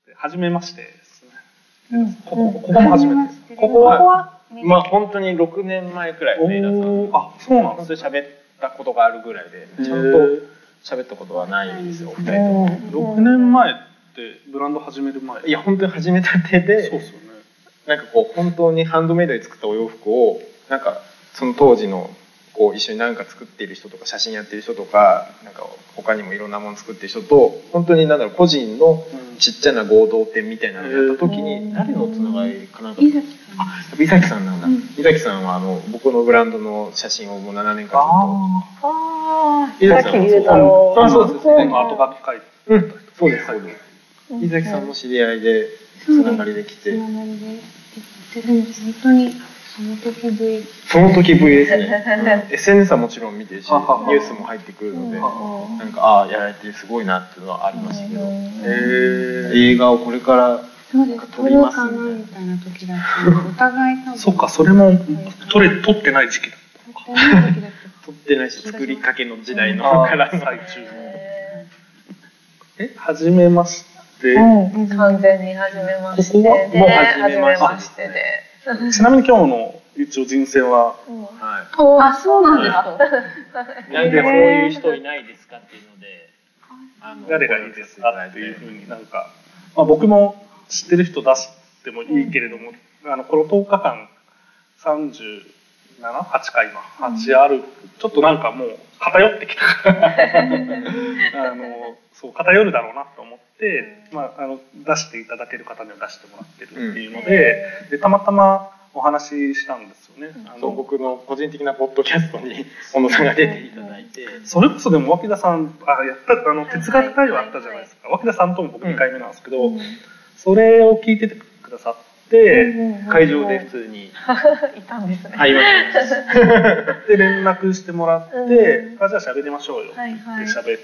初めましてですね。ここも初めてです。 ここはまあ本当に6年前くらいで、 あ、そうなんです。 本当に喋ったことがあるぐらいで、ちゃんと喋ったことはないんですよ、2人とも。 6年前ってブランド始める前？ いや本当に始めたてで、 そうですよね。 なんかこう本当にハンドメイドで作ったお洋服をなんかその当時のこう一緒に何か作っている人とか写真やってる人とかなんか他にもいろんなもの作ってる人と本当になんだろう個人のちっちゃな合同店みたいなのをやった時に誰のつながりかなと。井崎さんなんだ。井崎さんは僕のブランドの写真をもう7年間ずっと。 井崎さんはそうです。後書き書いて。 そうですそうです。井崎さんの知り合いでつながりできて。 本当にその時 V。 その時 V ですね。SNS はもちろん見てるし、ニュースも入ってくるので、なんかやられてすごいなっていうのはありましたけど、映画をこれから撮りますみたいな時だったので、お互い多分。 そっか、それも撮ってない時期だったのか。 撮ってないし、作りかけの時代のから最中の。 初めまして。 完全に初めましてで。 もう初めましてで。 ちなみに今日の一応人選は、 あ、そうなんですか。 なんでそういう人いないですかっていうので、 誰がいいですかっていうふうになんか、まあ僕も知ってる人出してもいいけれども、この10日間37、8回今8ある、ちょっとなんかもう偏ってきたからそう偏るだろうなと思って、まあ出していただける方には出してもらってるっていうので、たまたまお話ししたんですよね。 そう僕の個人的なポッドキャストに小野さんが出ていただいて、 それこそでも脇田さんやった哲学対話あったじゃないですか。脇田さんとも僕2回目なんですけど、それを聞いててくださって、 会場で普通にいたんですね。 会話で連絡してもらって、じゃあ喋りましょうよって喋って、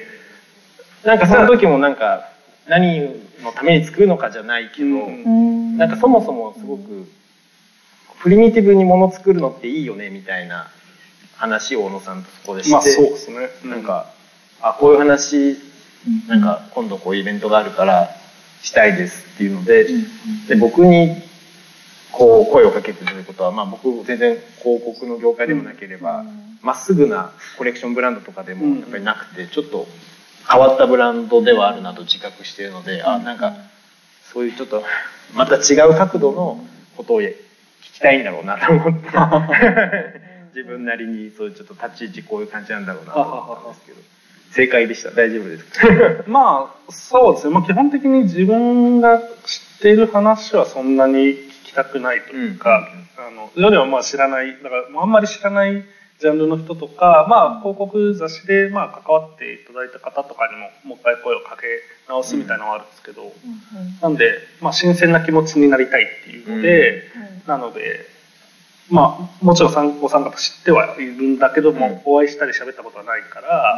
なんかその時もなんか何のために作るのかじゃないけど、なんかそもそもすごくプリミティブにもの作るのっていいよねみたいな話を小野さんとそこでして、 まあそうですね。 なんかこういう話なんか今度こういうイベントがあるからしたいですっていうので、で僕にこう声をかけてということは、まあ僕全然広告の業界でもなければ、まっすぐなコレクションブランドとかでもやっぱりなくて、ちょっと変わったブランドではあるなと自覚しているので、なんかそういうちょっとまた違う角度のことを聞きたいんだろうなと思って自分なりにそういうちょっと立ち位置こういう感じなんだろうなと思ったんですけど、正解でした。大丈夫ですか？ まあそうですね。まあ基本的に自分が知っている話はそんなに聞きたくないというか、よりはまあ知らない、だからあんまり知らないジャンルの人とか、まあ広告雑誌でまあ関わっていただいた方とかにももう一回声をかけ直すみたいなのがあるんですけど、なんでまあ新鮮な気持ちになりたいっていうので、なのでまあもちろんお三方知ってはいるんだけども、お会いしたり喋ったことはないから、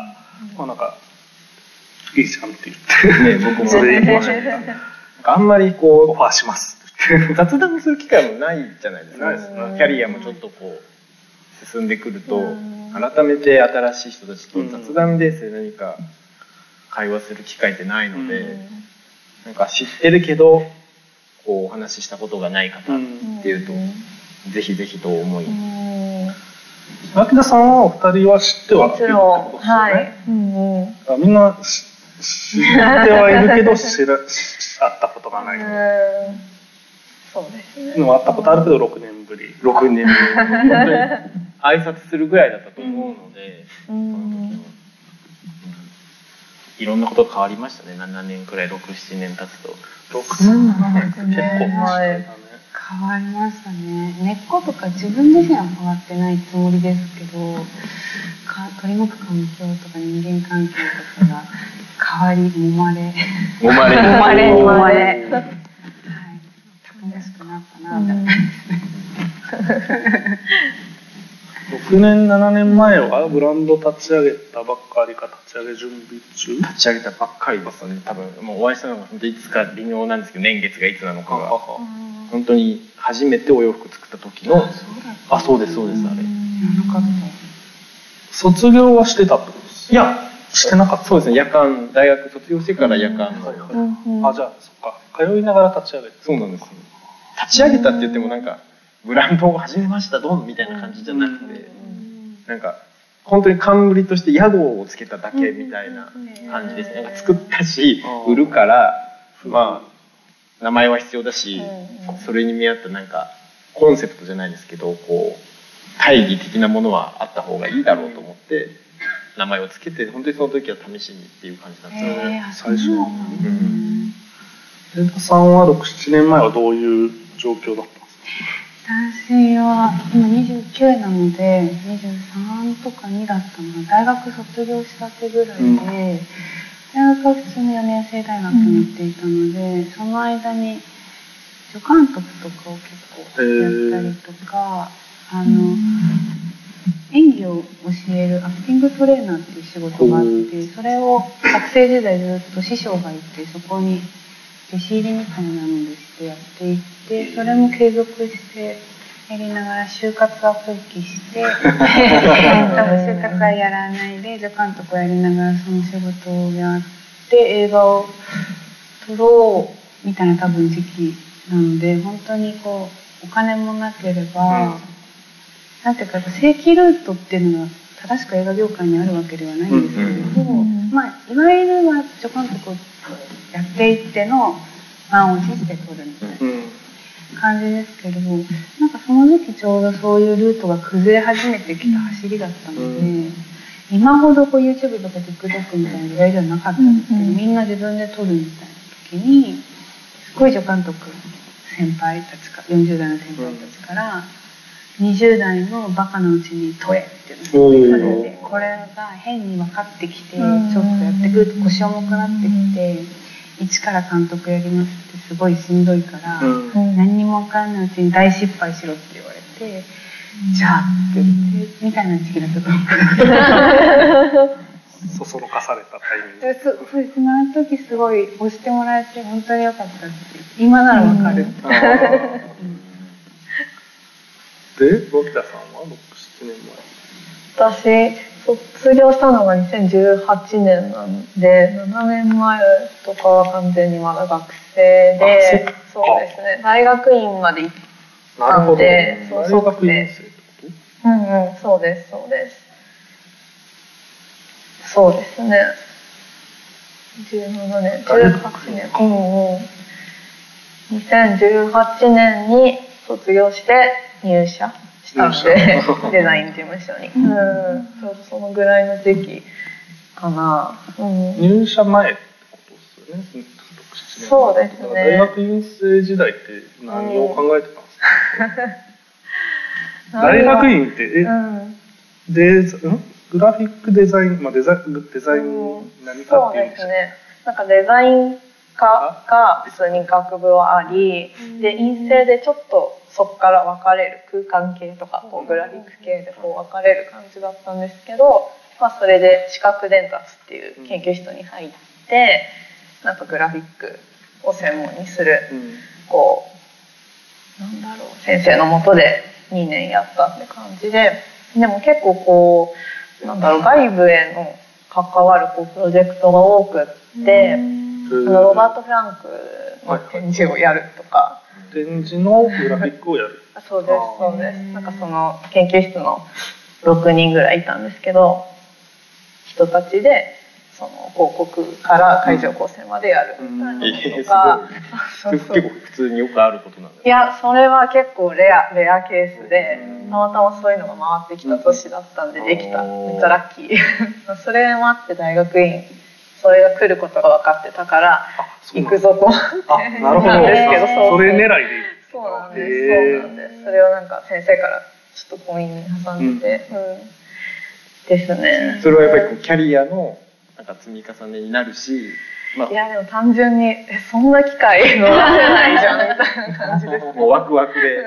まあなんかいいじゃんって言って僕もそれで行きましょうあんまりこうオファーします雑談する機会もないじゃないですか。キャリアもちょっとこう進んでくると、改めて新しい人たちと雑談ベースで何か会話する機会ってないので、なんか知ってるけどこうお話ししたことがない方っていうと、ぜひぜひと思い。 脇田さんはお二人は知ってはいるってことですよね。みんな知ってはいるけど会ったことがない。 そうですね。 会ったことあるけど6年ぶり。 6年ぶり。挨拶するぐらいだったと思うので、いろんなこと変わりましたね。7年くらい、6、7年経つと。 6年、7年って結構前だね。 変わりましたね。根っことか自分自身は変わってないつもりですけど、取り巻く環境とか人間関係とかが変わり、揉まれ、はい、たくましくなったなって思いますね。 6年、7年前はブランド立ち上げたばっかりか立ち上げ準備中？ 立ち上げたばっかりですね。多分もうお会いしたのが本当いつか微妙なんですけど、年月がいつなのかが本当に初めてお洋服作った時のそうですそうです。あれ卒業はしてたってことです？ いやしてなかった。 そうですね、夜間、大学卒業してから夜間はいの。 はい。あ、じゃあそっか、通いながら立ち上げて。 そうなんですよ。立ち上げたって言ってもなんか、ブランドを始めましたドンみたいな感じじゃなくて、なんか本当に冠として屋号をつけただけみたいな感じですね。なんか作ったし売るから、まあ名前は必要だし、それに見合ったなんかコンセプトじゃないですけど、こう大義的なものはあった方がいいだろうと思って名前をつけて、本当にその時は試しにっていう感じだったので、 最初は。前田さんは6、7年前はどういう状況だったんですか？ 私は今29なので23とか2だったのが大学卒業したてぐらいで、大学は普通の4年生大学に行っていたので、その間に助監督とかを結構やったりとか、演技を教えるアクティングトレーナーっていう仕事があって、それを学生時代ずっと師匠がいて、そこに弟子入りみたいなのでしてやっていって、それも継続してやりながら就活は放棄して就活はやらないで助監督をやりながらその仕事をやって映画を撮ろうみたいな多分時期なので、本当にこうお金もなければ、なんていうか正規ルートっていうのが正しく映画業界にあるわけではないんですけれど、まあいわゆるは助監督をやっていっての満を持して撮るみたいな感じですけど、なんかその時期ちょうどそういうルートが崩れ始めてきた走りだったので、今ほどこう YouTube とか TikTok みたいな時代じゃなかったんですけど、みんな自分で撮るみたいな時にすごい助監督先輩たちか40代の先輩たちから20代のバカのうちに撮れっていうのを言われて、これが変に分かってきてちょっとやってくると腰重くなってきて、一から監督やりますってすごいしんどいから、何にも分からないうちに大失敗しろって言われて、じゃあって言ってみたいな時期だったと思う。 そそのかされたタイミング。 そうですね、あの時すごい押してもらえて本当に良かったって今なら分かる。 で、ロキタさんは6、7年私卒業したのが2018年なんで7年前とかは完全にまだ学生で、そうですね、大学院まで行ったんで、 大学院生ってこと？ そうですそうです。そうですね。17年、18年。2018年に卒業して入社したんで、デザイン事務所に。ちょうどそのぐらいの時期かな。 入社前ってことですよね。 そうですね。 大学院生時代って何を考えてたんですか？大学院ってグラフィックデザイン、デザイン何かっていうんですか？ そうですね。なんかデザイン科が普通に学部はあり、で院生でちょっとそこから分かれる空間系とかこうグラフィック系でこう分かれる感じだったんですけど、それで視覚伝達っていう研究室に入って、なんかグラフィックを専門にする、こう先生の下で2年やったって感じで、でも結構こう外部への関わるプロジェクトが多くって、ロバート・フランクの展示をやるとか、 展示のグラフィックをやる。 そうですそうです。なんかその研究室の6人ぐらいいたんですけど、人たちでその広告から会場構成までやるみたいなのとか、 結構普通によくあることなんですか？ いや、それは結構レアケースで、たまたまそういうのが回ってきた年だったんでできた。めっちゃラッキー。それもあって大学院それが来ることが分かってたから行くぞと思ってなるほど。それ狙いで。 そうなんです。それをなんか先生からちょっとコインに挟んでて、ですね。 それはやっぱりキャリアのなんか積み重ねになるし、 いやでも単純にそんな機会逃せないじゃんみたいな感じですね。 もうワクワクで。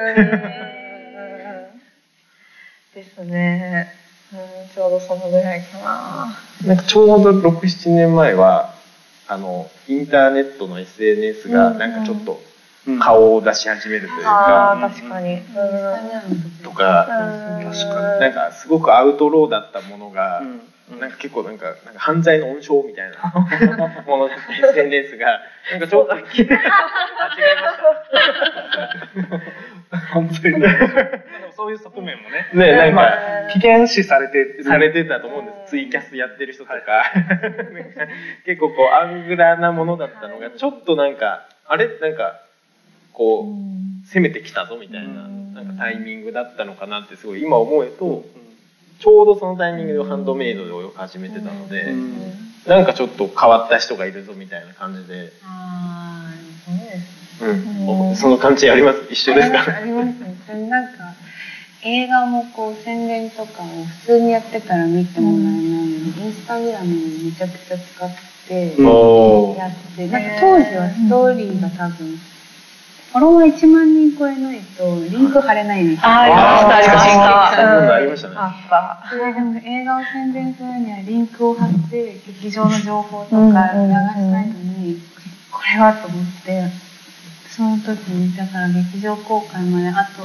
ですね。ちょうどそのぐらいかな。 なんかちょうど6、7年前はインターネットの SNS がなんかちょっと顔を出し始めるというか、 確かに。 とか、なんかすごくアウトローだったものが、なんか結構なんか犯罪の温床みたいなもの SNS がなんかちょっと違いました犯罪のでもそういう側面もね、 なんか危険視されてたと思うんです。ツイキャスやってる人とか、結構こうアングラなものだったのがちょっとなんかあれなんかこう攻めてきたぞみたいななんかタイミングだったのかなってすごい今思うと。ちょうどそのタイミングでハンドメイドで泳ぎ始めてたので、なんかちょっと変わった人がいるぞみたいな感じで。その感じあります？一緒ですか？ ありますね。なんか映画もこう宣伝とかを普通にやってたら見てもらえないので、インスタグラムめちゃくちゃ使ってやって、なんか当時はストーリーが多分。フォロワー1万人超えないとリンク貼れないんですよ。 ありましたね。 それでも映画を宣伝するにはリンクを貼って劇場の情報とか流したいのに、これはと思ってその時にだから劇場公開まであと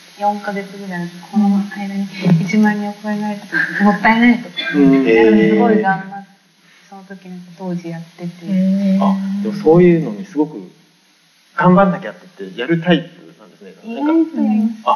4ヶ月ぐらいこの間に1万人を超えないともったいないとか、すごい頑張ってその時なんか当時やってて、 でもそういうのにすごく頑張んなきゃって言ってやるタイプなんですね。 意外とやります。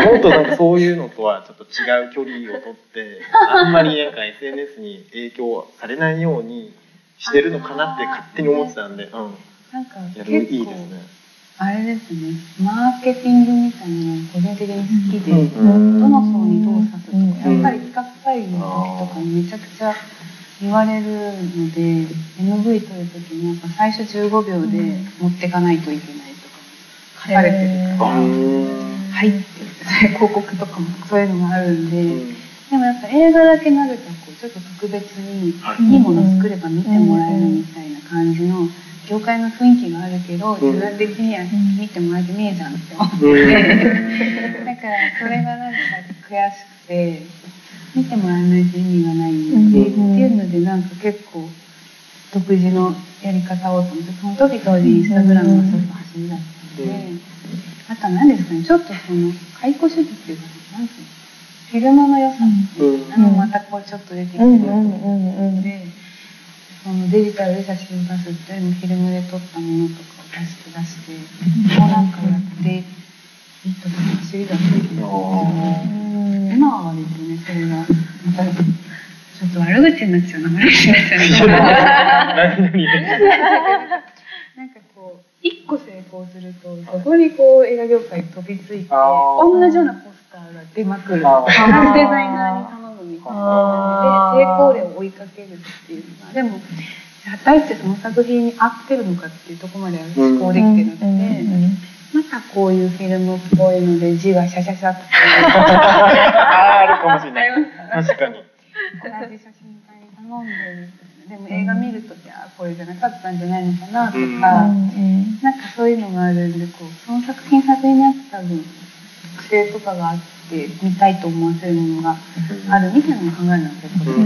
もっとなんかそういうのとはちょっと違う距離をとってあんまりなんか SNS に影響されないようにしてるのかなって勝手に思ってたんで、 なんかいいですね。 あれですね、マーケティングみたいなのが個人的に好きで、どの層にどう刺すとか、やっぱり企画会議の時とかにめちゃくちゃ言われるので、MV 撮る時にやっぱ最初15秒で持ってかないといけないとか書かれてるから、はいって広告とかもそういうのがあるんで、でもやっぱ映画だけなるとこうちょっと特別にいいものを作れば見てもらえるみたいな感じの業界の雰囲気があるけど、自分的には見てもらえてねえじゃんって思ってだからそれがなんか悔しくて見てもらえないと意味がないんで、っていうのでなんか結構独自のやり方をと思って、その時当時インスタグラムがすごく走りだったので、あとは何ですかね、ちょっとその解雇主義っていうか何ていうの、フィルムの良さまたこうちょっと出てきてると思うので、そのデジタルで写真を出すっていうのもフィルムで撮ったものとかを出してもうなんかやっていった時走りだったけど、今は割とねそれがまたちょっと悪口になっちゃうな、悪口になっちゃうなんかこう一個成功するとそこにこう映画業界飛びついて同じようなポスターが出まくる、同じデザイナーに頼むみたいなで成功例を追いかけるっていうのが、でも果たしてその作品に合ってるのかっていうところまでは思考できてなくて、またこういうフィルムっぽいので字がシャシャシャってあるかもしれない。確かに。 同じ写真家に頼んでる。でも映画見るときはこれじゃなかったんじゃないのかなとか、なんかそういうのがあるんで、こうその作品にあった多分癖とかがあって見たいと思わせるものがあるみたいなのを考えるのが結構好き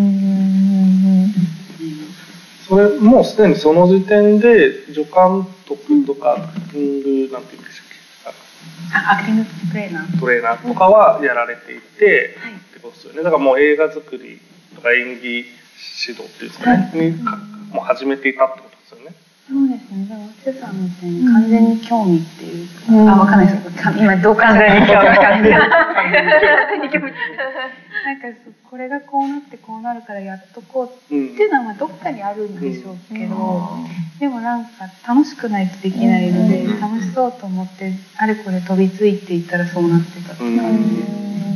です。それもうすでにその時点で助監督とかアクティングなんて言うんでしたっけ、 アクティングトレーナーとかはやられていて、ってことですよね。だからもう映画作りとか演技指導っていうんですかね、もう始めていたってことですよね。 そうですね。でも松さんみたいに完全に興味っていうか、わかんないです。今どう完全に興味感じる。なんかこれがこうなってこうなるからやっとこうっていうのはまあどっかにあるんでしょうけど、でもなんか楽しくないとできないので、楽しそうと思ってあれこれ飛びついていったらそうなってたって感じで。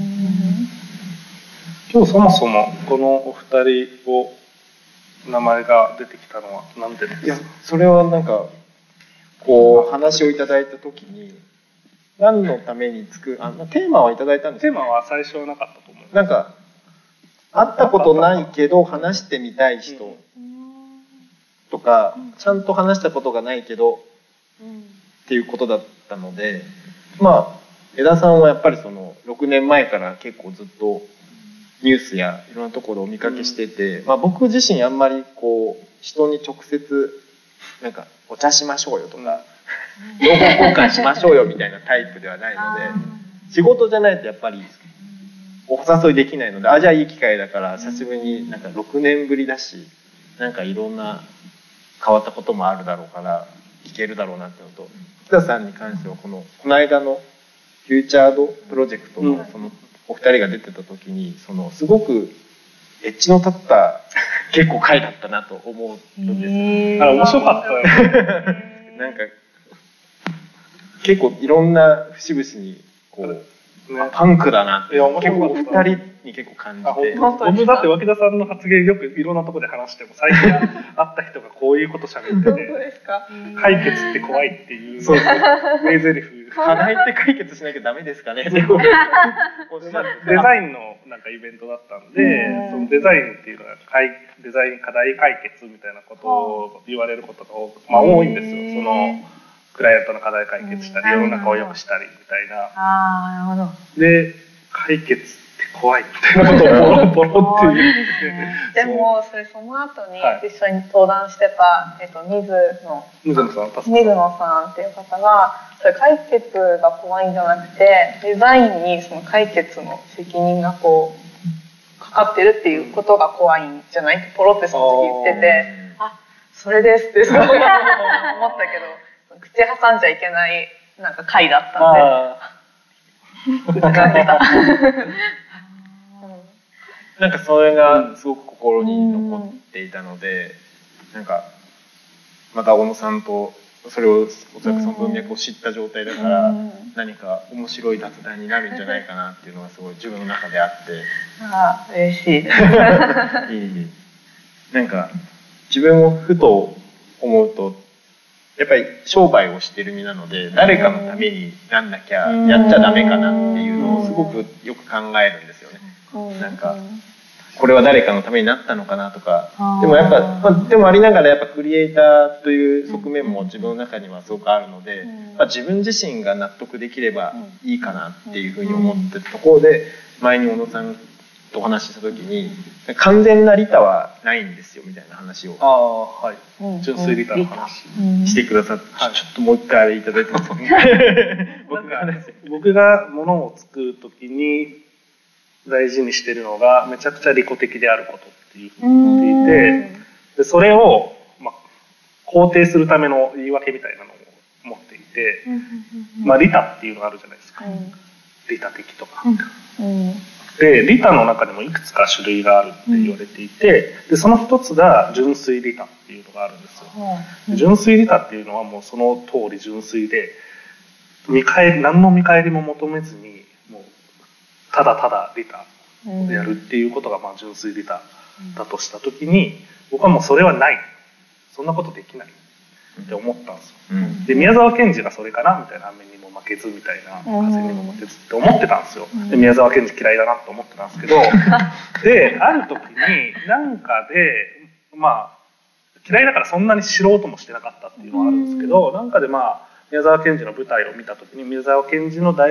今日そもそもこのお二人を名前が出てきたのは何でですか？ いや、それはなんかこう話をいただいた時に何のためにテーマはいただいたんですテーマは最初はなかったと思う。 なんか会ったことないけど話してみたい人とか、ちゃんと話したことがないけどっていうことだったので、まあ江田さんはやっぱりその6年前から結構ずっとニュースやいろんなところをお見かけしてて、まあ、僕自身あんまりこう人に直接なんかお茶しましょうよとか情報交換しましょうよみたいなタイプではないので、仕事じゃないとやっぱりお誘いできないので、じゃあいい機会だから久しぶりになんか6年ぶりだし、なんかいろんな変わったこともあるだろうから聞けるだろうなってのと、福田さんに関してはこの間のフューチャードプロジェクトのそのお二人が出てた時にすごくエッジの立った結構回だったなと思うんですよ。 面白かったよ。 なんか結構いろんな節々にこう、パンクだなって結構二人に結構感じて。 僕だって脇田さんの発言よくいろんなところで話しても、最近会った人がこういうこと喋ってて解決って怖いっていう名台詞。 課題って解決しなきゃダメですかね。デザインのなんかイベントだったんで、そのデザインっていうのはデザイン課題解決みたいなことを言われることが多いんですよ。クライアントの課題解決したり、世の中を良くしたりみたいな。 なるほど。 で、解決って怖いみたいなことをボロボロって言ってでもその後に一緒に登壇してた水野さんっていう方が、それ解決が怖いんじゃなくて、デザインにその解決の責任がこうかかってるっていうことが怖いんじゃないってポロってその時言ってて、それですってすごい思ったけど。口挟んじゃいけないなんか回だったんで、 なんかそれがすごく心に残っていたので、なんかまた小野さんとそれをおそらくその文脈を知った状態だから、何か面白い雑談になるんじゃないかなっていうのがすごい自分の中であって、 嬉しいです。 なんか自分をふと思うと、やっぱり商売をしてる身なので、誰かのためになんなきゃやっちゃダメかなっていうのをすごくよく考えるんですよね。なんかこれは誰かのためになったのかなとか、でもやっぱ、でもありながらやっぱクリエイターという側面も自分の中にはすごくあるので、自分自身が納得できればいいかなっていうふうに思ってたところで、前に小野さんとお話しした時に完全な利他はないんですよみたいな話を純粋利他の話してくださって、ちょっともう一回いただいてます僕がものを作る時に大事にしてるのがめちゃくちゃ利己的であることっていうふうに言っていて、でそれを、肯定するための言い訳みたいなのを持っていて、利他っていうのがあるじゃないですか、利他的とか。で利他の中でもいくつか種類があるって言われていて、でその一つが純粋利他っていうのがあるんですよ。純粋利他っていうのはもうその通り純粋で、何の見返りも求めずにもうただただ利他をやるっていうことが純粋利他だとした時に、僕はもうそれはない、そんなことできないって思ったんですよ。で宮沢賢治がそれかなみたいな、雨にも負けずみたいな、風にも負けずって思ってたんですよ。で宮沢賢治嫌いだなと思ってたんですけどである時になんかで嫌いだからそんなに知ろうともしてなかったっていうのはあるんですけど、なんかで宮沢賢治の舞台を見た時に、宮沢賢治の書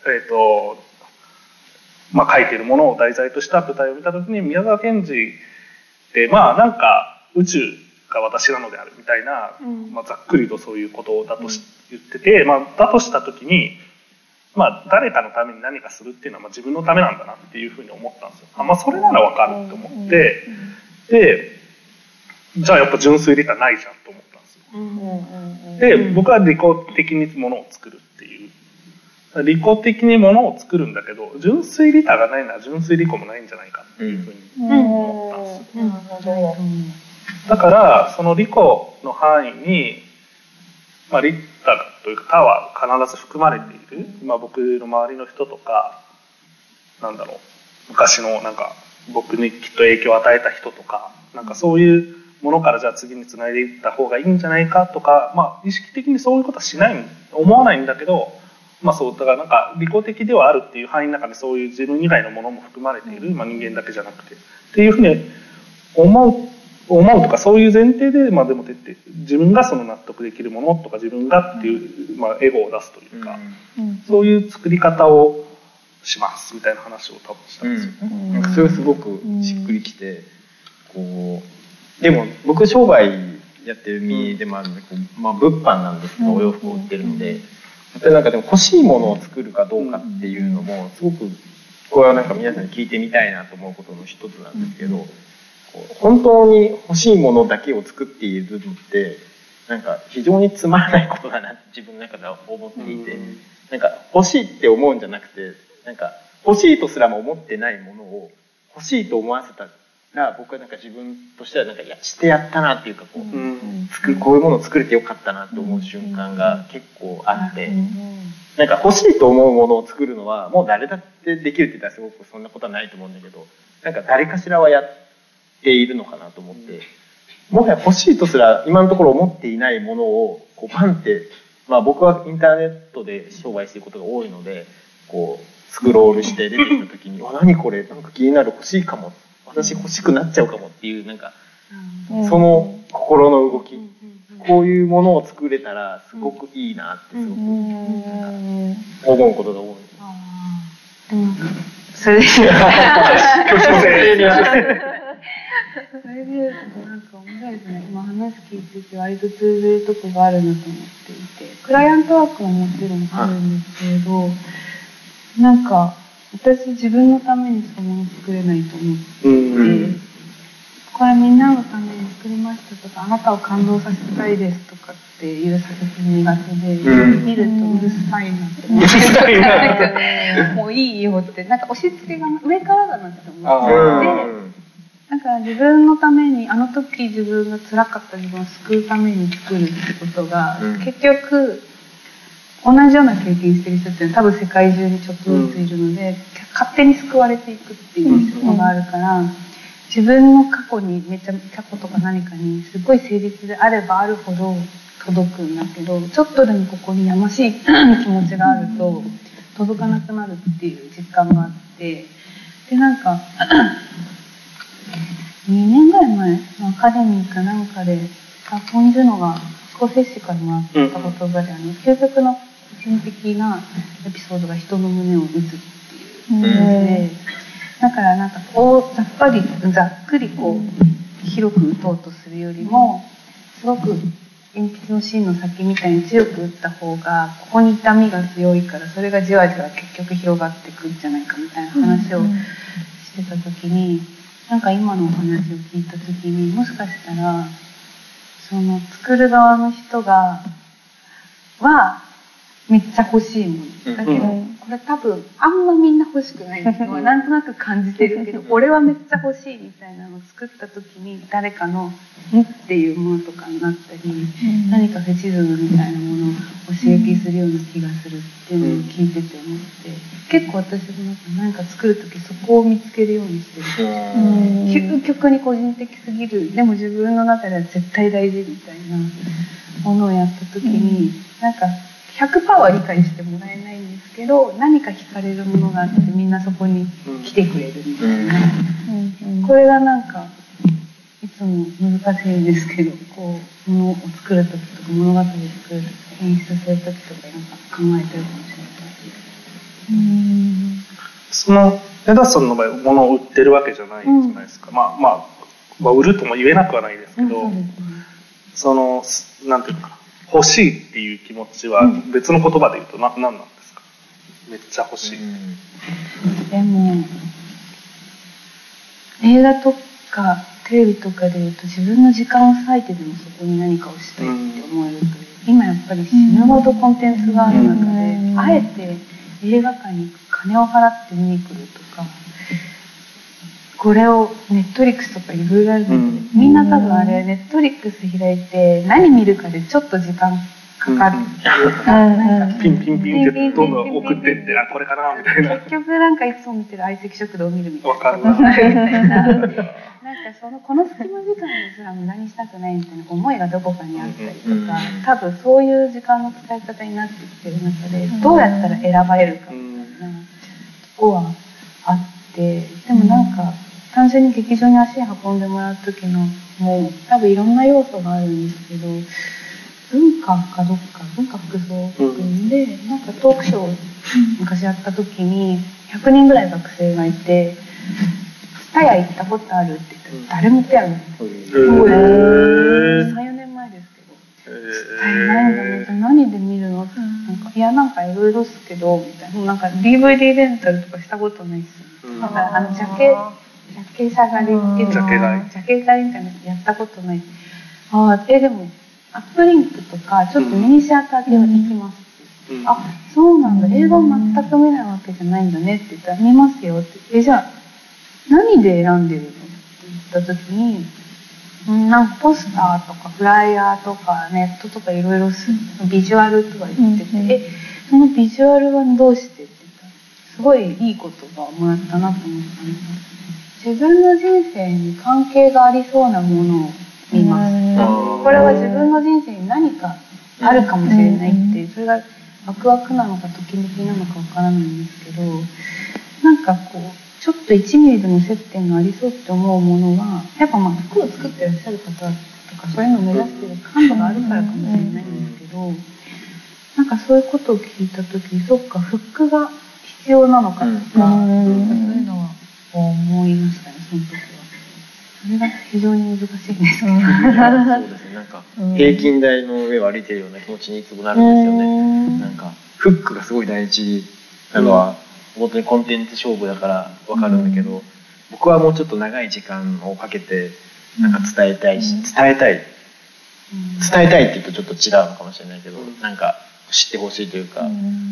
いているものを題材とした舞台を見た時に、宮沢賢治ってなんか宇宙が私なのであるみたいな、ざっくりとそういうことだと言ってて、だとした時に、誰かのために何かするっていうのは自分のためなんだなっていうふうに思ったんですよ。それならわかると思って、でじゃあやっぱ純粋利他ないじゃんと思ったんですよ。で僕は利己的にものを作るっていう、利己的にものを作るんだけど、純粋利他がないなら純粋利己もないんじゃないかっていうふうに思ったんですよ。だからその利己の範囲に、利他というか他は必ず含まれている、僕の周りの人とか、昔の僕にきっと影響を与えた人とか、そういうものからじゃあ次につないでいった方がいいんじゃないかとか、意識的にそういうことは思わないんだけど、そうだから利己的ではあるっていう範囲の中で、そういう自分以外のものも含まれている、人間だけじゃなくてっていうふうに思うとか、そういう前提で、でも自分がその納得できるものとか、自分がっていう、エゴを出すというか、そういう作り方をしますみたいな話を多分したんですよ。 それがすごくしっくりきて、でも僕商売やってる身でもあるので、まあ、物販なんですけど、お洋服を売ってるので、なんかでも欲しいものを作るかどうかっていうのもすごくこれはなんか皆さんに聞いてみたいなと思うことの一つなんですけど、本当に欲しいものだけを作っているのってなんか非常につまらないことだなって自分の中では思っていて、なんか欲しいって思うんじゃなくて、なんか欲しいとすらも思ってないものを欲しいと思わせたら、僕はなんか自分としてはなんかしてやったなっていうか、こういうものを作れてよかったなと思う瞬間が結構あって、なんか欲しいと思うものを作るのはもう誰だってできるって言ったらすごくそんなことはないと思うんだけど、なんか誰かしらはやっているのかなと思って、もはや欲しいとすら今のところ思っていないものをこうパンって、まあ僕はインターネットで商売していることが多いので、こうスクロールして出てきた時に何これなんか気になる、欲しいかも、私欲しくなっちゃうかもっていう、なんかその心の動き、こういうものを作れたらすごくいいなってすごく思うことが多い。 それでそれでなんか面白いですね。今話聞いてて割と通ずるとこがあるなと思っていて、クライアントワークももちろんあるんですけれど、なんか私自分のためにしかもの作れないと思ってて、これみんなのために作りましたとか、あなたを感動させたいですとかっていう作品苦手で、見るとうるさいなって思って、もういいよって、なんか押し付けが上からだなって思って、だから自分のために、あの時自分が辛かった自分を救うために作るってことが、結局同じような経験してる人って多分世界中にちょっとずついるので、勝手に救われていくっていうのがあるから、自分の過去に過去とか何かにすごい誠実であればあるほど届くんだけど、ちょっとでもここにやましい気持ちがあると届かなくなるっていう実感があって、でなんか2年ぐらい前アカデミーかなんかでポン・ジュノがスコセッシからもらった言葉で、究極の神秘なエピソードが人の胸を打つっていうで、だからなんかこうざっくりこう広く打とうとするよりも、すごく鉛筆の芯の先みたいに強く打った方がここに痛みが強いから、それがじわじわ結局広がっていくんじゃないかみたいな話をしてた時に、なんか今のお話を聞いた時に、もしかしたらその作る側の人はめっちゃ欲しいものだけど、これ多分あんまみんな欲しくないのはなんとなく感じてるけど、俺はめっちゃ欲しいみたいなのを作った時に誰かの「ん?」っていうものとかになったり、何かフェチズムみたいなものを刺激するような気がするっていうのを聞いてて思って、結構私も何か作る時そこを見つけるようにしてる。究極に個人的すぎる、でも自分の中では絶対大事みたいなものをやった時に、なんか100% は理解してもらえないんですけど、何か惹かれるものがあってみんなそこに来てくれるみたいな、これがなんかいつも難しいんですけど、こう物を作る時とか物語を作る時、演出する時とかなんか考えてるかもしれない。 そのエダさんの場合物を売ってるわけじゃないじゃないですか、まあ売るとも言えなくはないですけど、そのなんていうのかな、欲しいっていう気持ちは別の言葉で言うと何なんですか？めっちゃ欲しい。 でも映画とかテレビとかで言うと、自分の時間を割いてでもそこに何かをしたいって思えるという、今やっぱり死ぬほどコンテンツがある中で、あえて映画館に金を払って見に来るとか、これをネットリックスとかいろいろあるので、みんな多分あれネットリックス開いて何見るかでちょっと時間かかるっていうか、なんかピンピンピンってどんどん送ってって、あこれかなみたいな。 結局なんかいつも見てる相席食堂を見るみたいなことになるみたいな。 なんかこの隙間時間ですら無駄にしたくないみたいな思いがどこかにあったりとか、多分そういう時間の使い方になってきてる中で、どうやったら選ばれるかみたいなとこはあって、でもなんか単純に劇場に足運んでもらう時のもう多分いろんな要素があるんですけど、文化服装組でなんかトークショーを昔やった時に100人ぐらい学生がいて、蔦屋行ったことあるって言ったら誰も手挙げない。3、4年前えないんだね。じゃあ何で見るの？なんかいやなんかいろいろっすけどみたいな。なんか DVD レンタルとかしたことないっす。なんかジャケ写狩りっていうの、ジャケ狩りみたいなのやったことない。でもアップリンクとかちょっとミニシアターでは行きます。そうなんだ。映画を全く見ないわけじゃないんだねって言ったら見ますよって。じゃあ何で選んでるのって言った時に。なんかポスターとかフライヤーとかネットとかいろいろビジュアルとか言ってて、そのビジュアルはどうしてって言ったらすごいいい言葉をもらったなと思ったんです。自分の人生に関係がありそうなものを見ます。これは自分の人生に何かあるかもしれないっていう、それがワクワクなのかときめきなのかわからないんですけど、なんかこうちょっと1ミリでも接点がありそうって思うものはやっぱ服を作ってらっしゃる方とかそういうのを目指してる感度があるからかもしれないんですけど、なんかそういうことを聞いた時そっかフックが必要なのかとか、そういうのは思いましたね、その時は。それが非常に難しいですけどそうですね、なんか平均台の上を歩いてるような気持ちにいつもなるんですよね。なんかフックがすごい大事なのは、本当にコンテンツ勝負だから分かるんだけど、僕はもうちょっと長い時間をかけてなんか伝えたいし、伝えたいって言うとちょっと違うのかもしれないけど、なんか知ってほしいというか、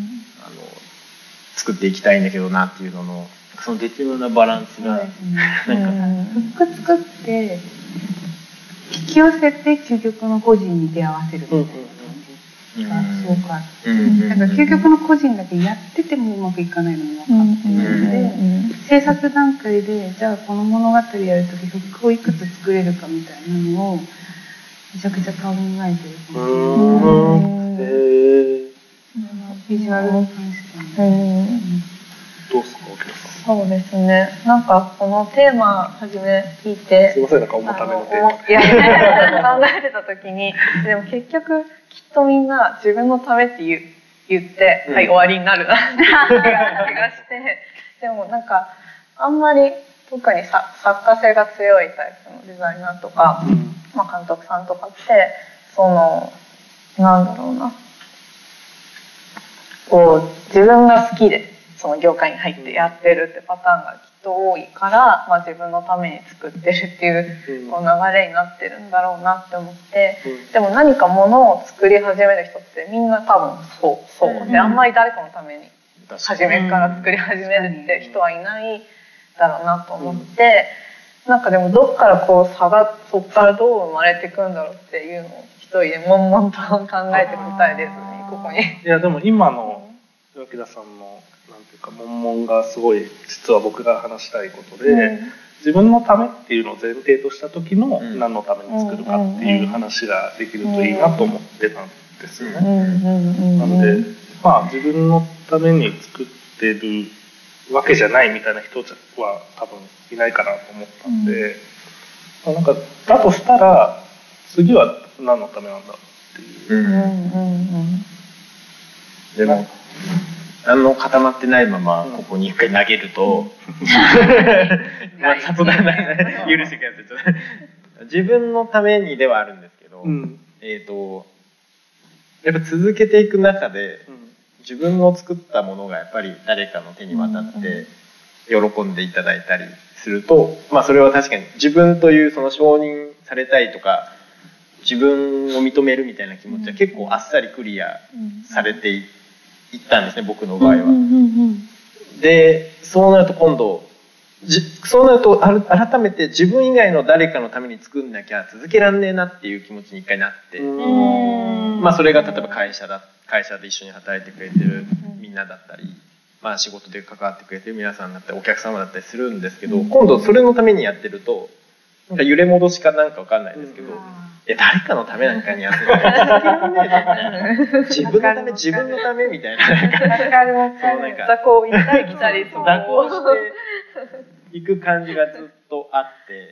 作っていきたいんだけどなっていうののその絶妙なバランスが、なんかフック作って引き寄せて究極の個人に出会わせるみたいな感じがすごくあって、だから究極の個人だけやっててもうまくいかないのも分かっているので、制作段階でじゃあこの物語やるときフックをいくつ作れるかみたいなのをめちゃくちゃ考えてるかもしれない。ビジュアルに関しても。 どうですか、沖田さん。 そうですね。なんかこのテーマ初め聞いて、 すいません、なんか重ためのテーマで。 いや考えてた時に、でも結局きっとみんな自分のためって言って、はい終わりになるなっていう気がして、でもなんかあんまり特に作家性が強いタイプのデザイナーとか、監督さんとかってそのなんだろうな、こう自分が好きでその業界に入ってやってるってパターンがきっと多いから、自分のために作ってるっていうこう流れになってるんだろうなって思って、でも何かものを作り始める人ってみんな多分そうで、あんまり誰かのために初めから作り始めるって人はいないだろうなと思って、なんかでもどっからこうそっからどう生まれていくんだろうっていうのを一人で悶々と考えて答え出ずにここに。 いやでも今の脇田さんのなんていうか悶々がすごい実は僕が話したいことで、自分のためっていうのを前提とした時の何のために作るかっていう話ができるといいなと思ってたんですよね。なので自分のために作ってるわけじゃないみたいな人は多分いないかなと思ったんで、なんかだとしたら次は何のためなんだっていう。 でも何の固まってないままここに一回投げると雑談許してください。自分のためにではあるんですけど、やっぱ続けていく中で自分の作ったものがやっぱり誰かの手に渡って喜んでいただいたりすると、それは確かに自分というその承認されたいとか自分を認めるみたいな気持ちは結構あっさりクリアされていったんですね、僕の場合は。でそうなると今度そうなると改めて自分以外の誰かのために作んなきゃ続けらんねえなっていう気持ちに一回なって、それが例えば会社で一緒に働いてくれてるみんなだったり、仕事で関わってくれてる皆さんだったりお客様だったりするんですけど、今度それのためにやってるとなんか揺れ戻しかなんか分かんないですけど、誰かのためなんかにやってる自分のため自分のためみたいな、 こう行ったり来たり蛇行していく感じがずっとあって、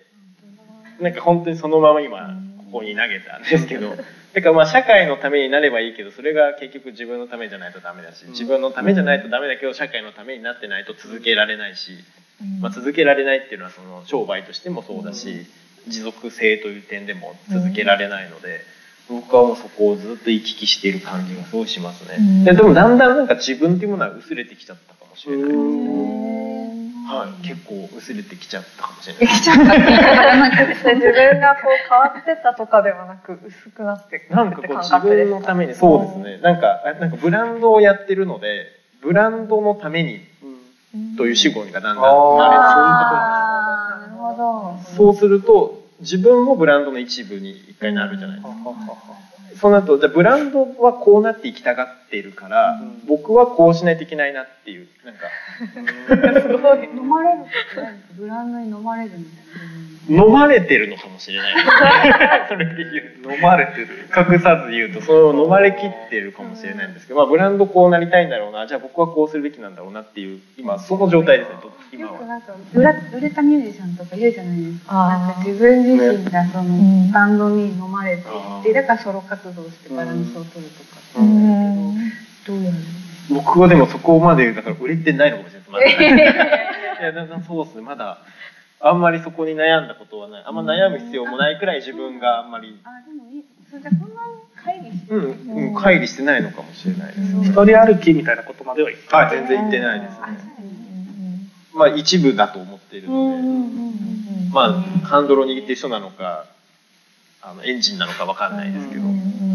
なんか本当にそのまま今ここに投げたんですけど、だから社会のためになればいいけど、それが結局自分のためじゃないとダメだし、自分のためじゃないとダメだけど社会のためになってないと続けられないし、続けられないっていうのはその商売としてもそうだし、持続性という点でも続けられないので、 僕はもうそこをずっと行き来している感じがすごいしますね。でもだんだんなんか自分っていうものは薄れてきちゃったかもしれないですね。はい、結構薄れてきちゃったかもしれない。 自分がこう変わってったとかではなく薄くなってくなんかこう自分のために、そうですね。なんかブランドをやってるので、ブランドのためにという主語がだんだん生まれて、 なるほど。 そうすると自分もブランドの一部に一回なるじゃないですか。そうなると、じゃあブランドはこうなっていきたがっているから、僕はこうしないといけないなっていう、なんかすごい飲まれることないですか？ブランドに飲まれるみたい飲まれてるのかもしれないそれで言う飲まれてる。 隠さず言うと、それを飲まれきってるかもしれないんですけど、まあブランドこうなりたいんだろうな、じゃあ僕はこうするべきなんだろうなっていう、今その状態ですね。 な。よく今はなんか売れたミュージシャンとか言うじゃないですか。なんか自分自身がそのバンドに飲まれていって、だからソロ活動してバランスを取るとかって言うんだけど、どうやる？ 僕はでもそこまでだから売れてないのかもしれないです。まだいやそうですね、まだあんまりそこに悩んだことはない。あんま悩む必要もないくらい自分があんまり。 あ、でもいい。それじゃそんなに乖離して乖離してないのかもしれないです。 一人歩きみたいなことまでは言ってない。 全然言ってないですね。まあ一部だと思っているので、まあハンドルを握ってる人なのか、エンジンなのかわかんないですけど。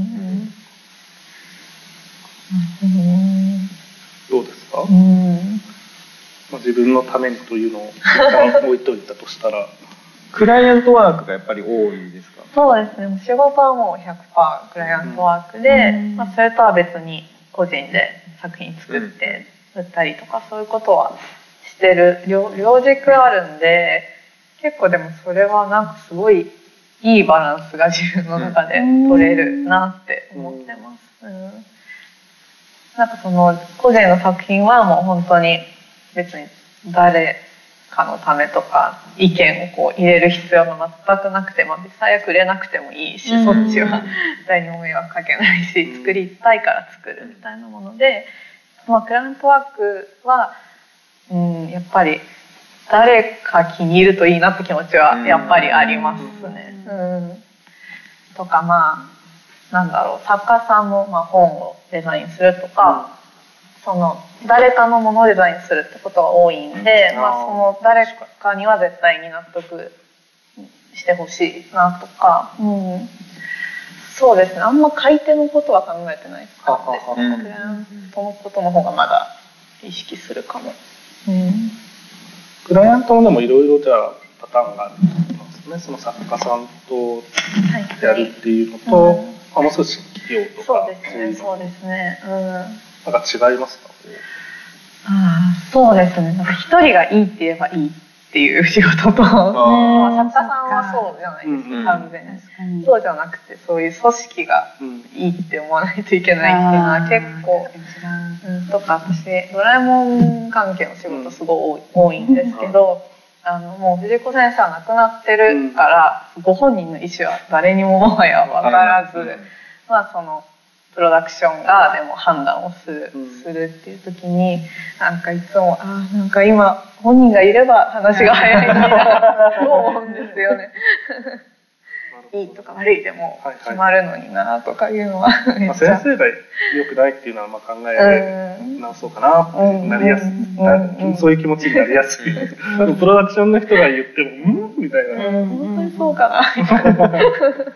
どうですか？まあ自分のためにというのを置いといたとしたら、 クライアントワークがやっぱり多いですか？ そうですね。仕事はもう 100% クライアントワークで、まあ、それとは別に個人で作品作って売ったりとか、そういうことはしてる両軸あるんで、結構でもそれはなんかすごいいいバランスが自分の中で取れるなって思ってます。なんかその個人の作品はもう本当に別に誰かのためとか意見をこう入れる必要が全くなくて、まあ、最悪売れなくてもいいし、そっちは誰にも迷惑かけないし、作りたいから作るみたいなもので、まあ、クライアントワークは、やっぱり誰か気に入るといいなって気持ちはやっぱりありますね。とかまあなんだろう、作家さんもまあ本をデザインするとか、その誰かのものをデザインするってことが多いんで、まあ、その誰かには絶対に納得してほしいなとか、そうですね、あんま買い手のことは考えてないですね。クライアントのことの方がまだ意識するかも。 クライアントもでもいろいろじゃあパターンがあると思いますね。その作家さんとやるっていうのと、もう少し企業とか。 そうですね。 なんか違いますか？ そうですね。なんか一人がいいって言えばいいっていう仕事と、作家さんはそうじゃないですか、完全に。そうじゃなくて、そういう組織がいいって思わないといけないっていうのは結構、とか私、ドラえもん関係の仕事すごい多いんですけど、もう藤子先生は亡くなってるから、ご本人の意思は誰にももはや分からず、まあその、プロダクションがでも判断をするっていう時に、なんかいつもなんか今本人がいれば話が早いなと思うんですよね。いいとか悪いでも決まるのになとかいうのはまあ先生が良くないっていうのはまあ考え直そうかなってなりやすい、そういう気持ちになりやすい。プロダクションの人が言ってもみたいな、 本当にそうかなみたいな。なるほど。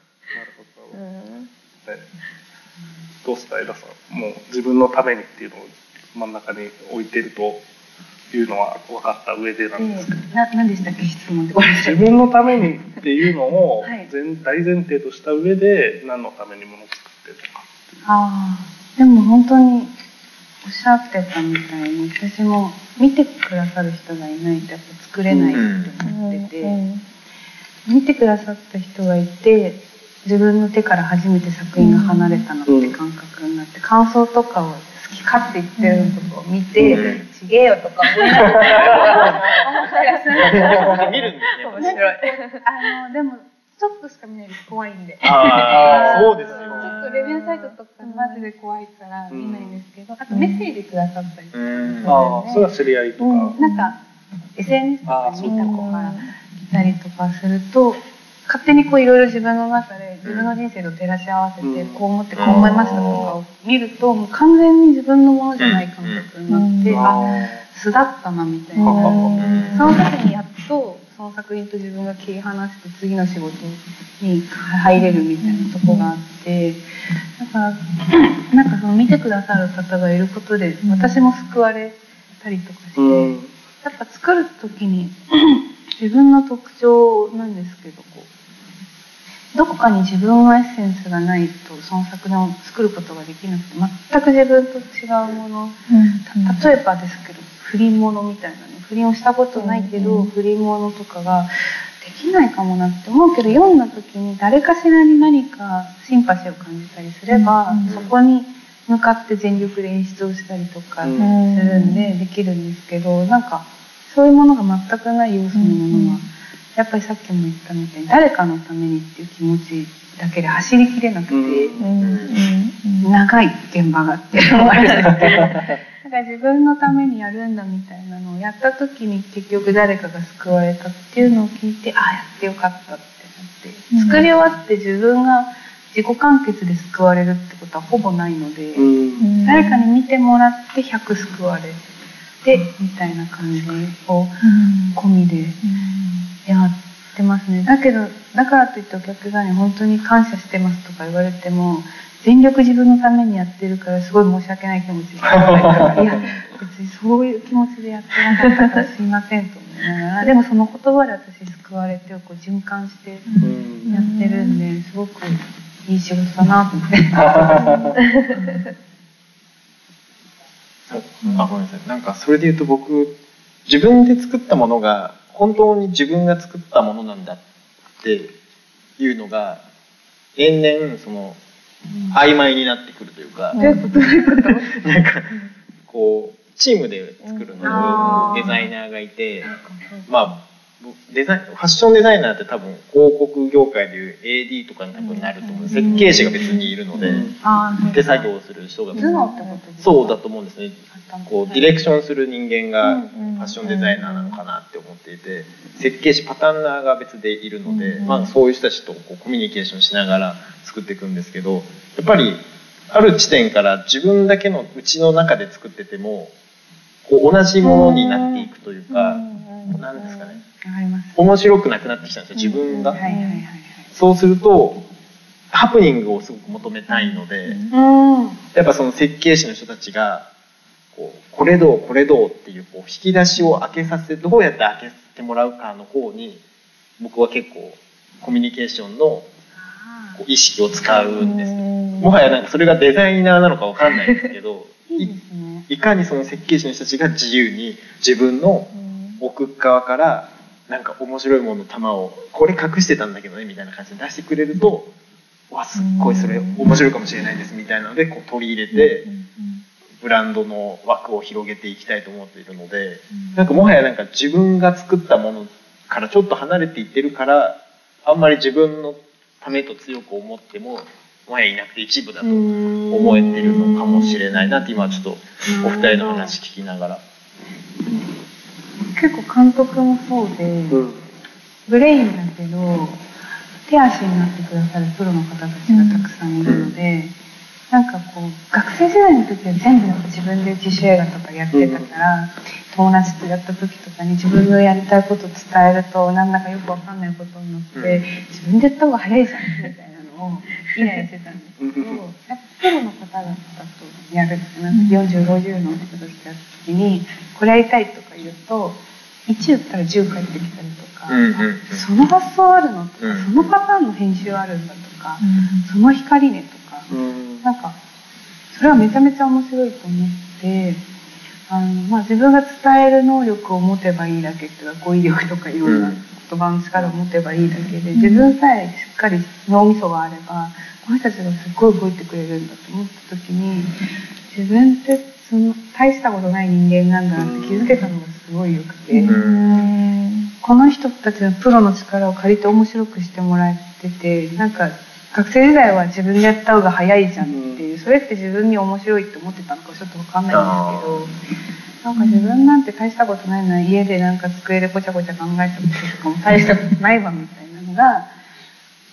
どうした江田さん、もう自分のためにっていうのを真ん中に置いてるというのは分かった上でなんですけど、 何でしたっけ質問って自分のためにっていうのを大前提とした上で何のためにものを作ってるとか。 でも本当におっしゃってたみたいに、私も見てくださる人がいないとやっぱ作れないって思ってて、見てくださった人がいて自分の手から初めて作品が離れたのって感覚になって、感想とかを好き勝手言ってるのとかを見て、ちげえよとか思いながら見るんですね。 面白い。 でもちょっとしか見ないです、怖いんで。 そうですよ。 ちょっとレビューサイトとかマジで怖いから見ないんですけど、あとメッセージくださったりとか、 それは知り合いとか、 なんか SNS とかに見た子から来たりとかすると、 勝手にこういろいろ自分の中で自分の人生と照らし合わせてこう思ってこう思いましたとかを見るともう完全に自分のものじゃない感覚になって素だったなみたいな。その時にやっとその作品と自分が切り離して次の仕事に入れるみたいなとこがあって、だからなんかその見てくださる方がいることで私も救われたりとかして、やっぱ作る時に自分の特徴なんですけど、こうどこかに自分のエッセンスがないとその作品を作ることができなくて、全く自分と違うもの、例えばですけど不倫ものみたいなね、不倫をしたことないけど不倫ものとかができないかもなって思うけど、読んだ時に誰かしらに何かシンパシーを感じたりすれば、そこに向かって全力で演出をしたりとかするんでできるんですけど、なんかそういうものが全くない要素のものはやっぱりさっきも言ったみたいに誰かのためにっていう気持ちだけで走りきれなくて、長い現場があってだから自分のためにやるんだみたいなのをやった時に結局誰かが救われたっていうのを聞いて、ああやってよかったってなって、作り終わって自分が自己完結で救われるってことはほぼないので、誰かに見てもらって100救われてみたいな感じを込みでやってますね。だけどだからといってお客さんに本当に感謝してますとか言われても、全力自分のためにやってるからすごい申し訳ない気持ちになったりとか、いや別にそういう気持ちでやってなかったからすいませんと思いながら、でもその言葉で私救われてこう循環してやってるんで、すごくいい仕事だなと思ってあ、ごめんなさい。なんかそれで言うと僕自分で作ったものが本当に自分が作ったものなんだっていうのが年々その曖昧になってくるというか、なんかこうチームで作るのにデザイナーがいて、まあファッションデザイナーって多分広告業界でいう AD とかに多分なると思う。設計士が別にいるので、手作業をする人が別にそうだと思うんですね。こうディレクションする人間がファッションデザイナーなのかなって思っていて、設計士パタンナーが別でいるので、まあそういう人たちとこうコミュニケーションしながら作っていくんですけど、やっぱりある地点から自分だけのうちの中で作っててもこう同じものになっていくというか、なんですかね、面白くなくなってきたんですよ、自分が。そうするとハプニングをすごく求めたいので、やっぱその設計士の人たちがこれどうこれどうっていうこう引き出しを開けさせ、どうやって開けてもらうかの方に僕は結構コミュニケーションのこう意識を使うんですよ。もはやなんかそれがデザイナーなのかわかんないんですけどいかにその設計士の人たちが自由に自分の奥側からなんか面白いものの玉をこれ隠してたんだけどねみたいな感じで出してくれると、わすっごいそれ面白いかもしれないですみたいなのでこう取り入れてブランドの枠を広げていきたいと思っているので、なんかもはやなんか自分が作ったものからちょっと離れていってるから、あんまり自分のためと強く思ってももはやいなくて一部だと思えてるのかもしれないなって今ちょっとお二人の話聞きながら。 結構監督もそうで、ブレインだけど手足になってくださるプロの方たちがたくさんいるので、なんかこう学生時代の時は全部やっぱ自分で自主映画とかやってたから、友達とやった時とかに自分のやりたいことを伝えるとなんだかよくわかんないことになって、自分でやった方が早いじゃんみたいなのをイライラしてたんですけど、やっぱプロの方々とやるってなって40、50の人たちとやった時にこれやりたいとか言うと1言ったら10返ってきたりとか、その発想あるのとか、そのパターンの編集あるんだとか、その光ねとか、なんかそれはめちゃめちゃ面白いと思って、自分が伝える能力を持てばいいだけっていうか、語彙力とかいろんな言葉の力を持てばいいだけで、自分さえしっかり脳みそがあればこの人たちがすっごい動いてくれるんだと思った時に、自分ってその大したことない人間なんだなって気づけたのがすごいよくて、この人たちのプロの力を借りて面白くしてもらってて、なんか学生時代は自分でやった方が早いじゃんっていう、それって自分に面白いって思ってたのかちょっと分かんないんですけど、なんか自分なんて大したことないのに家でなんか机でごちゃごちゃ考えたこととかも大したことないわみたいなのが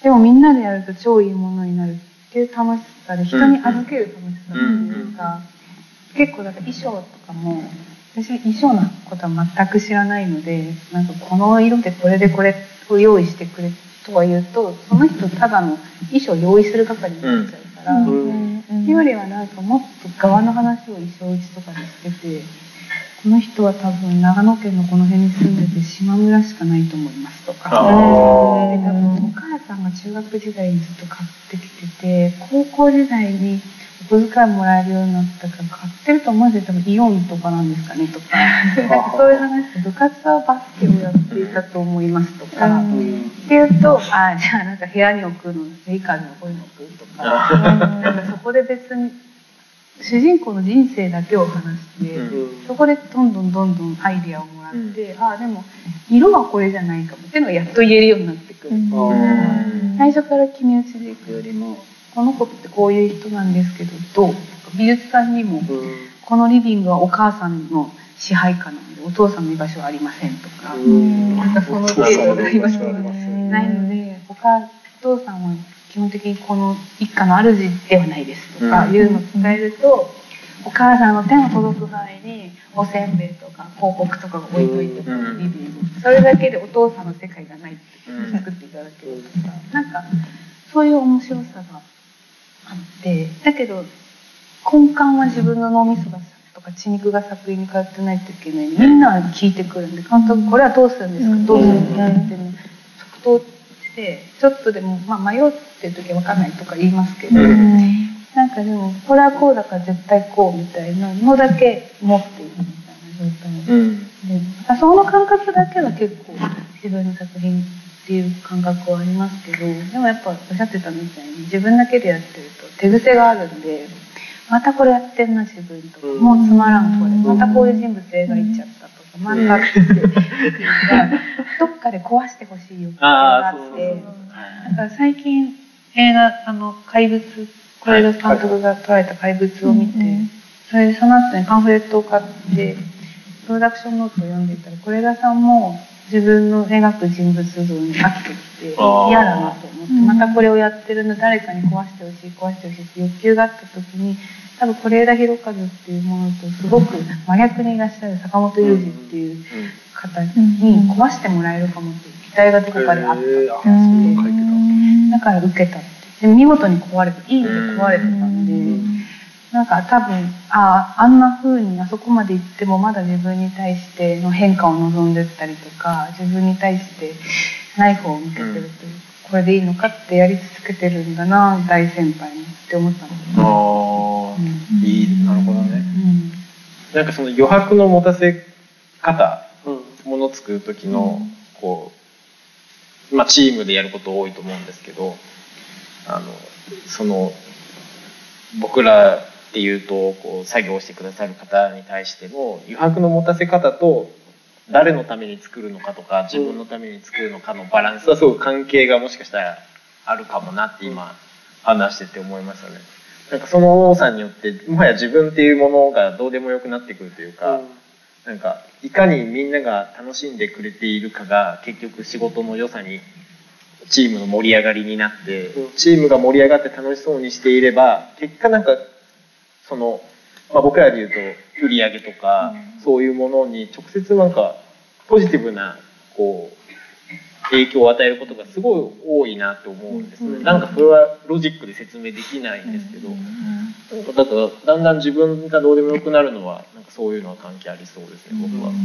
でもみんなでやると超いいものになるっていう楽しさで、人に預ける楽しさっていうか、結構だから衣装とかも、私衣装のことは全く知らないので、なんかこの色でこれでこれを用意してくれとは言うと、その人ただの衣装を用意する係になっちゃうから、っていうよりはなんかもっと側の話を衣装打ちとかでしてて、この人は多分長野県のこの辺に住んでて島村しかないと思いますとか、で多分お母さんが中学時代にずっと買ってきてて、高校時代にお小遣いもらえるようになったから買ってると思うんですよ。多分イオンとかなんですかねとか、そういう話で、部活はバスケをやっていたと思いますとか、っていうと、じゃあなんか部屋に置くのレイカーズのこういうの置くとか、なんかそこで別に主人公の人生だけを話して、そこでどんどんアイディアをもらって、でも色はこれじゃないかもっていうのがやっと言えるようになってくる。最初から決め打ちでいくよりも、この子ってこういう人なんですけどどう？美術さんにも、このリビングはお母さんの支配下なのでお父さんの居場所はありませんとか、なんかその程度の居場所がないので、お父さんは基本的にこの一家の主ではないですとかいうのを伝えると、お母さんの手の届く範囲におせんべいとか広告とかが置いといてリビング、それだけでお父さんの世界がないって作っていただけるとか、なんかそういう面白さがあって、だけど根幹は自分の脳みそがとか血肉が作品に通ってないといけない。みんな聞いてくるんで、監督これはどうするんですか、どうするんですかって即答してちょっとでも、迷ってる時は分かんないとか言いますけど、なんかでもこれはこうだから絶対こうみたいなのだけ持っているみたいな状態で、その感覚だけは結構自分の作品っていう感覚はありますけど、でもやっぱおっしゃってたみたいに自分だけでやってると手癖があるんで、またこれやってんな自分とか、もうつまらんこれ、またこういう人物描いちゃったとか、漫画ってどっかで壊してほしい欲求があって、だから最近映画怪物、是枝監督が撮られた怪物を見て、それでその後にパンフレットを買ってプロダクションノートを読んでいたら、是枝さんも自分の描く人物像に飽きてきて嫌だなと思って、またこれをやってるの誰かに壊してほしいって欲求があった時に、多分是枝裕和っていうものとすごく真逆にいらっしゃる坂本龍二っていう方に壊してもらえるかもっていう期待がどこかであったって、だから受けたって。で見事に壊れて、いい意味で壊れてたんで、なんか多分あんな風にあそこまで行ってもまだ自分に対しての変化を望んでったりとか、自分に対してナイフを向けてるという、これでいいのかってやり続けてるんだな大先輩にって思ったんですね。 いい、なるほどね。なんかその余白の持たせ方、ものを作る時のこう、チームでやること多いと思うんですけど、その僕らっていうとこう作業してくださる方に対しての余白の持たせ方と、誰のために作るのかとか自分のために作るのかのバランスはすごく関係がもしかしたらあるかもなって今話してて思いましたね。なんかその多さによってもはや自分っていうものがどうでもよくなってくるというか、なんかいかにみんなが楽しんでくれているかが結局仕事の良さに、チームの盛り上がりになって、チームが盛り上がって楽しそうにしていれば結果なんかその、僕らで言うと売り上げとか、そういうものに直接なんかポジティブなこう影響を与えることがすごい多いなって思うんですね。なんかそれはロジックで説明できないんですけど、だからだんだん自分がどうでもよくなるのはなんかそういうのは関係ありそうですね、僕は。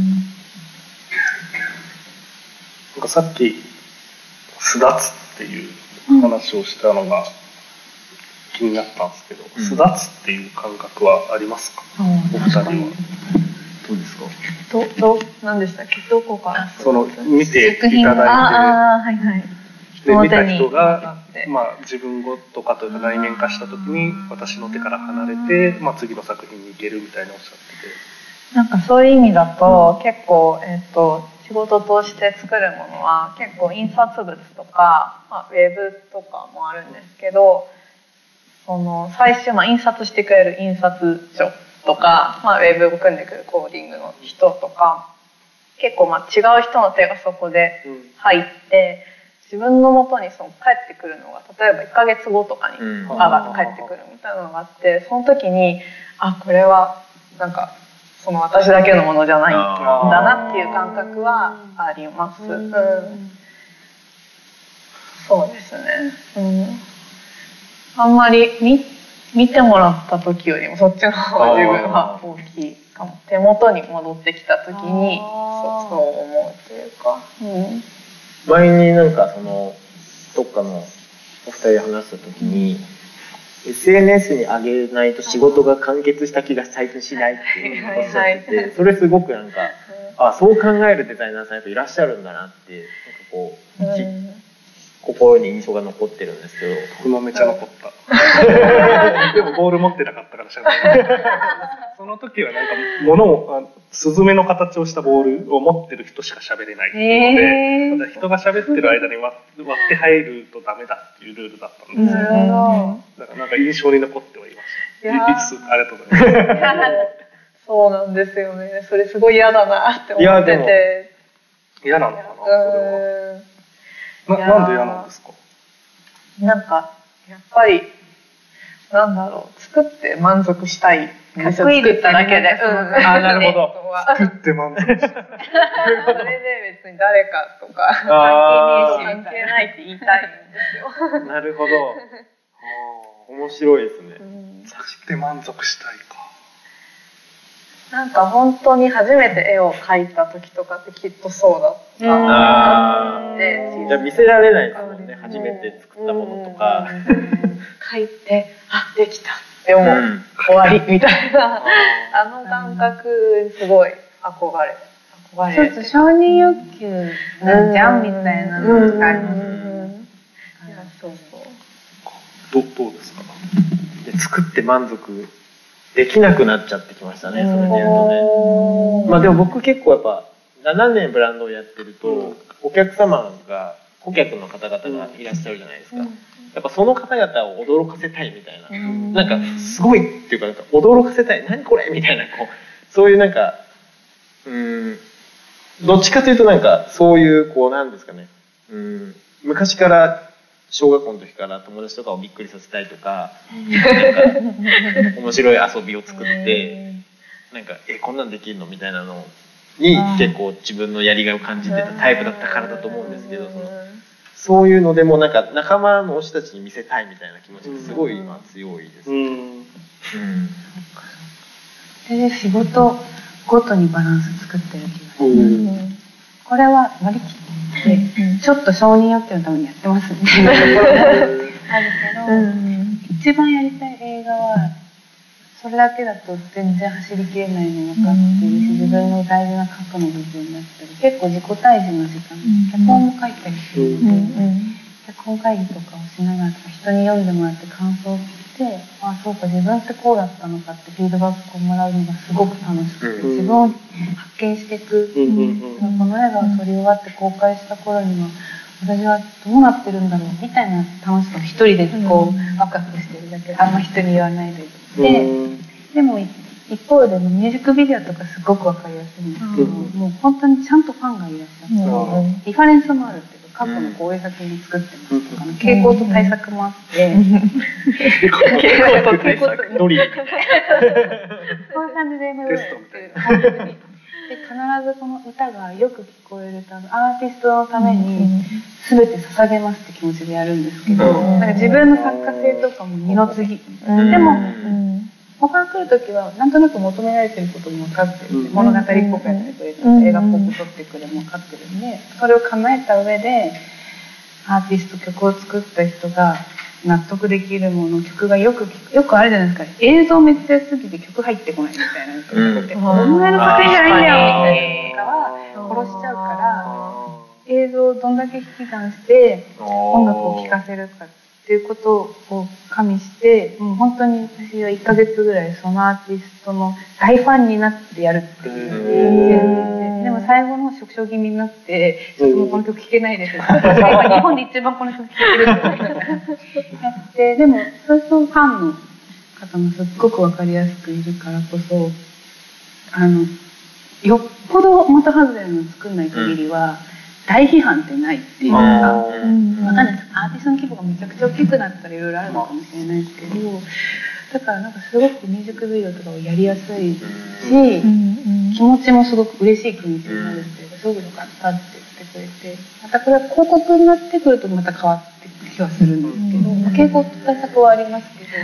なんかさっき巣立つっていう話をしたのが気になったんですけど、巣立つっていう感覚はありますか？お二人はどうですか？ 何でしたっけ？どこからその見ていただいて、で見た人が自分ごとかというか内面化した時に私の手から離れて、次の作品に行けるみたいなおっしゃってて、 なんかそういう意味だと、結構仕事として作るものは結構印刷物とか、ウェブとかもあるんですけど、その最終印刷してくれる印刷所とか、ウェブを組んでくるコーディングの人とか、結構違う人の手がそこで入って、 自分の元にその帰ってくるのが例えば1ヶ月後とかに帰ってくるみたいなのがあって、その時にこれはなんかその私だけのものじゃないんだなっていう感覚はあります。そうですね。あんまり見てもらった時よりもそっちの方が自分は大きいかも。手元に戻ってきた時にそう思うというか。 前になんかどっかのお二人で話した時に、SNS に上げないと仕事が完結した気が最近しないっておっしゃってて、それすごくなんかそう考えるデザイナーさんやっぱいらっしゃるんだなって、なんかこう心に印象が残ってるんですけど。 僕もめちゃ残った。でもボール持ってなかったからしゃべる。その時はなんか物をスズメの形をしたボールを持ってる人しか喋れないっていうので、人が喋ってる間に割って入るとダメだっていうルールだったんですよ。だからなんか印象に残ってはいました。ありがとうございます。 そうなんですよね。それすごい嫌だなって思ってて。 嫌なのかな、それは。なんで嫌なんですか？ なんかやっぱりなんだろう、作って満足したい。作っただけで。 なるほど。作って満足したい。それで別に誰かとか関係ないって言いたいんですよ。 なるほど。面白いですね。 作って満足したいか。 なんか本当に初めて絵を描いた時とかってきっとそうだったなって。 じゃあ見せられないですもんね。初めて作ったものとか描いてできたでも終わりみたいな感覚すごい憧れ。 ちょっと承認欲求なんじゃんみたいなのがあります。 どうですか？ 作って満足できなくなっちゃってきましたね、それで言うとね。でも僕結構やっぱ7年ブランドをやってると、お客様が顧客の方々がいらっしゃるじゃないですか。やっぱその方々を驚かせたいみたいな、なんかすごいっていうか、なんか驚かせたい、何これみたいな、そういうなんかどっちかというとなんかそういうなんですかね、昔から小学校の時から友達とかをびっくりさせたいとか、なんか面白い遊びを作ってなんかこんなんできるのみたいなのに結構自分のやりがいを感じてたタイプだったからだと思うんですけど、そういうのでもなんか仲間の推したちに見せたいみたいな気持ちがすごい今強いです。 それで仕事ごとにバランス作ってる気がする。これは割り切ってちょっと承認欲求のためにやってますみたいなところがあるけど、一番やりたい映画はそれだけだと全然走りきれないの分かってるし、自分の大事な過去の部分だったり、結構自己対峙の時間、脚本も書いたりするので、脚本会議とかをしながら人に読んでもらって感想を聞いて、そうか自分ってこうだったのかってフィードバックをもらうのがすごく楽しくて、自分を発見していく。この映画を撮り終わって公開した頃には私はどうなってるんだろうみたいな楽しさを一人でワクワクしてるだけで、あんま人に言わないで。でも一方でミュージックビデオとかすごく分かりやすいんですけど、もう本当にちゃんとファンがいらっしゃって、リファレンスもあるっていうか、過去のこういう作品を作ってますとかの傾向と対策もあって、 傾向と対策ドリルそういう感じで今テストみたいな。で必ずこの歌がよく聞こえるため、アーティストのために全て捧げますって気持ちでやるんですけど、なんか自分の作家性とかも二の次。でもオファー来るときはなんとなく求められてることも分かってる、物語っぽくやってくれたり映画っぽく撮ってくれも分かってるんで、それを叶えた上でアーティスト、曲を作った人が納得できるもの、曲がよくあるじゃないですか、映像めっちゃ良すぎて曲入ってこないみたいな曲って、お前の作品じゃないんだよみたいなのとかは殺しちゃうから、映像をどんだけ引き算して音楽を聴かせるかっていうことを加味して、もう本当に私は1ヶ月ぐらいそのアーティストの大ファンになってやるっていう。でも最後の縮小気味になって、ちょっともうこの曲聴けないです。今日本で一番この曲聴いてるってやって、でもそうするとファンの方もすっごくわかりやすくいるからこそ、よっぽど元外れの作んない限りは、 大批判ってないっていうか、わかんあないです。アーティストの規模がめちゃくちゃ大きくなったらいろいろあるのかもしれないですけど、だからなんかすごくミュージックビデオとかをやりやすいし、気持ちもすごく嬉しい気持ちになるっていうか、すごく良かったって言ってくれて、またこれは広告になってくるとまた変わってくる気はするんですけど、傾向と対策はありますけど、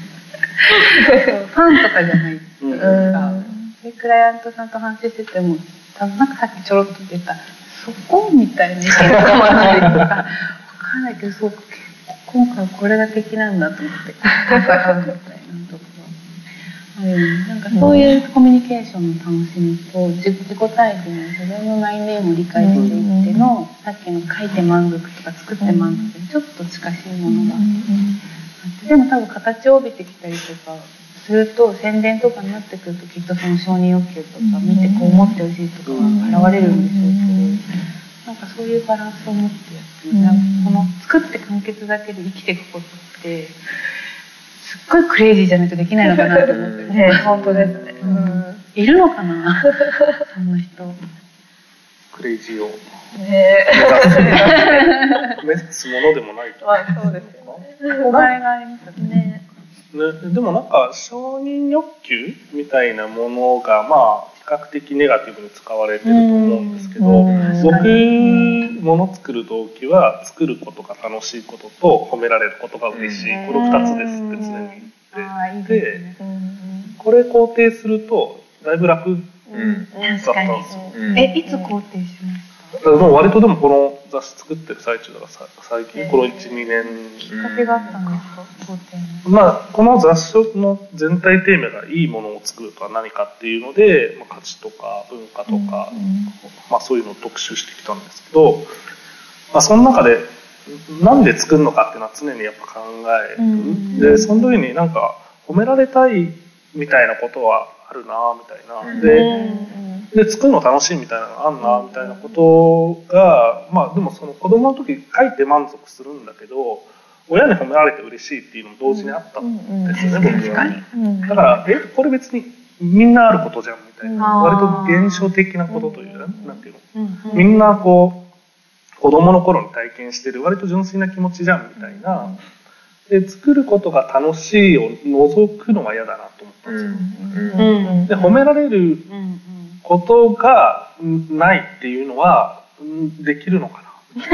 ファンとかじゃないっていうか、でクライアントさんと話してても、多分なんかさっきちょろっと出たそこみたいな意見とかもあったりとか、わかんないけど、そう今回これが敵なんだと思って戦うみたいなところなんかそういうコミュニケーションの楽しみと自己体験の自分の内面を理解していっての、さっきの書いて満足とか作って満足にちょっと近しいものがあって、でも多分形を帯びてきたりとかすると、宣伝とかになってくるときっとその承認欲求とか見てこう思ってほしいとかは現れるんでしょうけど、なんかそういうバランスを持ってやってる。なんかこの作って完結だけで生きていくことってすっごいクレイジーじゃないとできないのかなと思ってね、本当ですね。 いるのかなそんな人。 クレイジーをね目指すものでもないと。 まあそうですよね。 憧れがありますね。 でもなんか承認欲求みたいなものがまあ比較的ネガティブに使われてると思うんですけど、僕物作る動機は作ることが楽しいことと褒められることが嬉しい、この2つですって常に言ってで、これ肯定するとだいぶ楽だったんですよ。 いつ肯定しました？ もう割とでもこの雑誌作ってる最中だから最近この 1,2 年きっかけがあったんですか？肯定の。 まあこの雑誌の全体テーマがいいものを作るとは何かっていうので、まあ、価値とか文化とか、まあ、そういうのを特集してきたんですけど、まあ、その中でなんで作るのかっていうのは常にやっぱ考える、でその時になんか褒められたいみたいなことはあるなみたいなで作るの楽しいみたいなのがあんなみたいなことが、まあでもその子供の時書いて満足するんだけど親に褒められて嬉しいっていうのも同時にあったんですよね、僕は。だからこれ別にみんなあることじゃんみたいな、割と現象的なことというか、なんていうの、みんなこう子供の頃に体験してる割と純粋な気持ちじゃんみたいな。で作ることが楽しいを除くのは嫌だなと思ったんですよ。で褒められることがないっていうのはできるのかな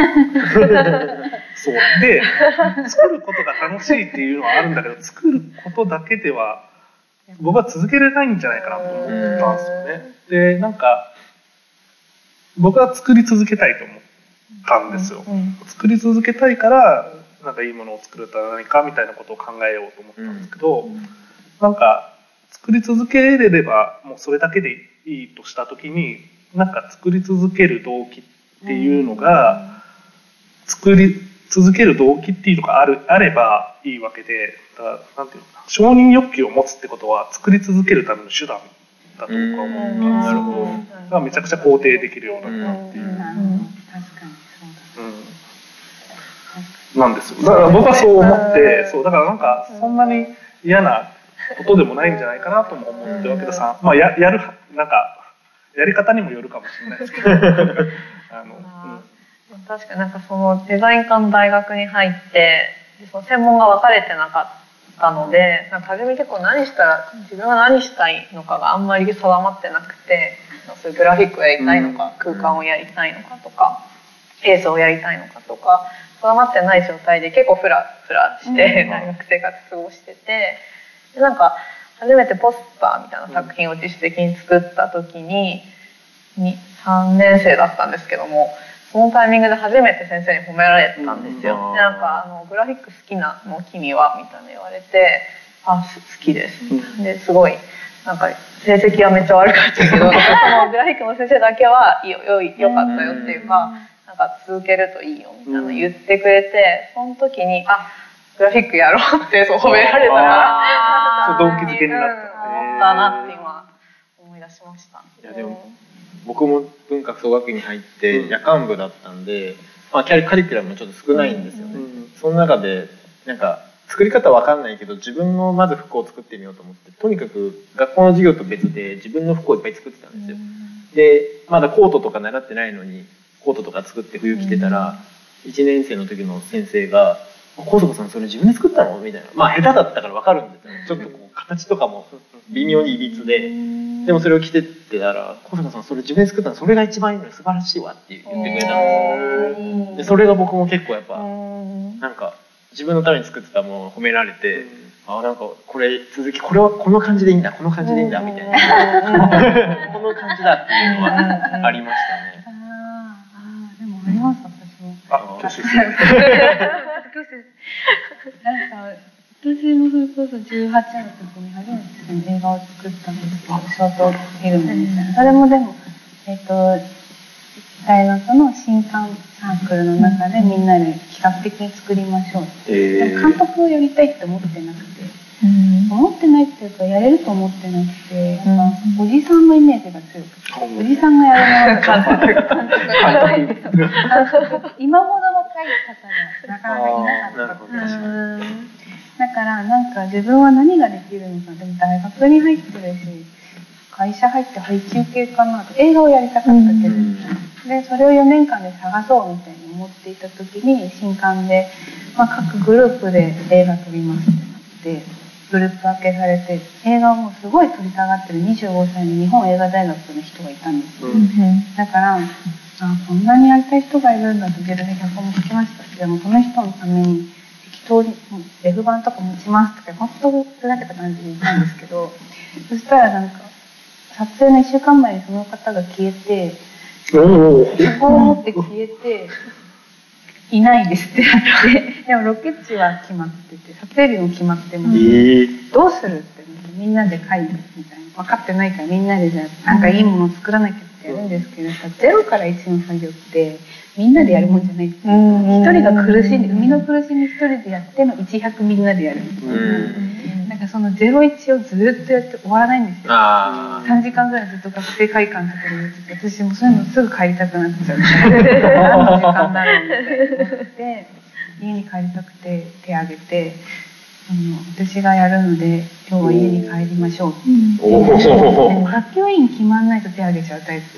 そうで作ることが楽しいっていうのはあるんだけど作ることだけでは僕は続けれないんじゃないかなと思ったんですよね。でなんか僕は作り続けたいと思ったんですよ。作り続けたいからなんかいいものを作るとは何かみたいなことを考えようと思ったんですけど、なんか作り続けれればもうそれだけでいいとした時になんか作り続ける動機っていうのが作り続ける動機っていうのがあればいいわけで、だからなんていうのかな、承認欲求を持つってことは作り続けるための手段だと僕は思うんですよ。なるほど。だからめちゃくちゃ肯定できるようになったっていう。 確かにそうだ。 なんですよ。だから僕はそう思って、そうだからなんかそんなに嫌なことでもないんじゃないかなとも思ってるわけでさ、まあやるなんかやり方にもよるかもしれないですけど、 確かになんかそのデザイン科の大学に入ってその専門が分かれてなかったので、なんか初め結構自分は何したいのかがあんまり定まってなくて、そういうグラフィックをやりたいのか、空間をやりたいのかとか映像をやりたいのかとか定まってない状態で結構フラフラして大学生活過ごしてて、でなんか初めてポスターみたいな作品を自主的に作った時に3年生だったんですけども、そのタイミングで初めて先生に褒められたんですよ。でなんかグラフィック好きなの君はみたいな言われて、好きですみたいな。ですごいなんか成績はめっちゃ悪かったけどそのグラフィックの先生だけはよかったよっていうか、なんか続けるといいよみたいな言ってくれて、その時にグラフィックやろうって褒められたから動機づけになったなって今思い出しました。 いやでも僕も文化総学院に入って夜間部だったんで、まあ、カリキュラムもちょっと少ないんですよね。その中でなんか作り方わかんないけど自分のまず服を作ってみようと思って、とにかく学校の授業と別で自分の服をいっぱい作ってたんですよ。でまだコートとか習ってないのにコートとか作って冬着てたら、1年生の時の先生が「小坂さんそれ自分で作ったの？」みたいな。まあ下手だったから分かるんですよ。ちょっとこう形とかも微妙にいびつで、でもそれを着てってたら「小坂さんそれ自分で作ったの？それが一番いいのよ、素晴らしいわ」って言ってくれたんですよ。でそれが僕も結構やっぱなんか自分のために作ってたものを褒められて、あ、なんかこれ続きこれはこの感じでいいんだ、この感じでいいんだみたいなこの感じだっていうのはありましたね。 でもあります私も。 挙手してなんか私もそれこそ18の時に初めて映画を作ったんですけど、ショートフィルムみたいな。それもでも大学の新刊サークルの中でみんなで企画的に作りましょうって。でも監督をやりたいって思ってなくて、思ってないっていうかやれると思ってなくて、やっぱおじさんのイメージが強くて、おじさんがやるのが今ほど若い方がなかなかいなかった。だからなんか自分は何ができるのか、でも大学に入ってるし会社入って配給系かなと、映画をやりたかったけど、でそれを4年間で探そうみたいに思っていた時に新刊で、各グループで映画撮りますってなってグループ分けされて、映画をもうすごい撮りたがってる25歳の日本映画大学の人がいたんですよ。だからこんなにやりたい人がいるんだと自分で脚本も書きましたし、でもこの人のために適当にレフ版とか持ちますとか本当にふざけた感じで言ったんですけど、そしたらなんか撮影の1週間前にその方が消えて、そこを持って消えていないですってなって、でもロケ地は決まってて撮影日も決まってます、どうするってみんなで会議みたいな、分かってないからみんなでじゃあなんかいいものを作らなきゃってやるんですけど、0から1の作業ってみんなでやるもんじゃないっていう、一人が苦しんで生みの苦しみ一人でやっての100みんなでやるみたいな、なんかその01をずっとやって終わらないんですよ。3時間ぐらいずっと学生会館のところでやってて、私もそういうのすぐ帰りたくなっちゃう何の時間だろうみたいな思って家に帰りたくて手挙げて、私がやるので今日は家に帰りましょうって言って、でも学級委員決まんないと手挙げちゃうタイプ。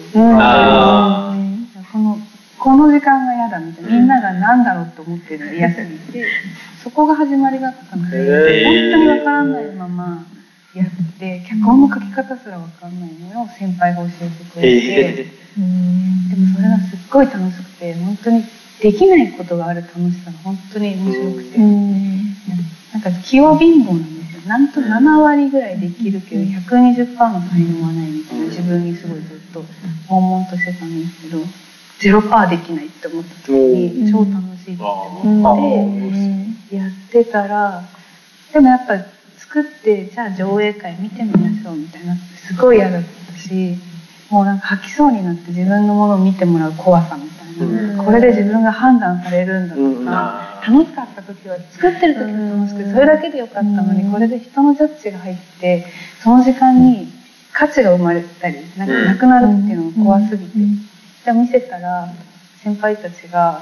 この時間が嫌だみたいな、みんなが何だろうって思ってるのが嫌すぎて、そこが始まりだったので、本当に分からないままやって、脚本の書き方すら分からないのを先輩が教えてくれて、でもそれがすっごい楽しくて、本当にできないことがある楽しさが本当に面白くて、なんか器用貧乏なんですよ。なんと7割ぐらいできるけど 120% の才能はないみたいな、自分にすごいずっと悶々としてたんですけど、0% できないって思った時に超楽しいって思ってやってたら、でもやっぱ作ってじゃあ上映会見てみましょうみたいな、すごい嫌だったし、もうなんか吐きそうになって自分のものを見てもらう怖さみたいな、これで自分が判断されるんだとか、楽しかった時は作ってる時は楽しくてそれだけでよかったのに、これで人のジャッジが入ってその時間に価値が生まれたりなんかなくなるっていうのが怖すぎて、で見せたら先輩たちが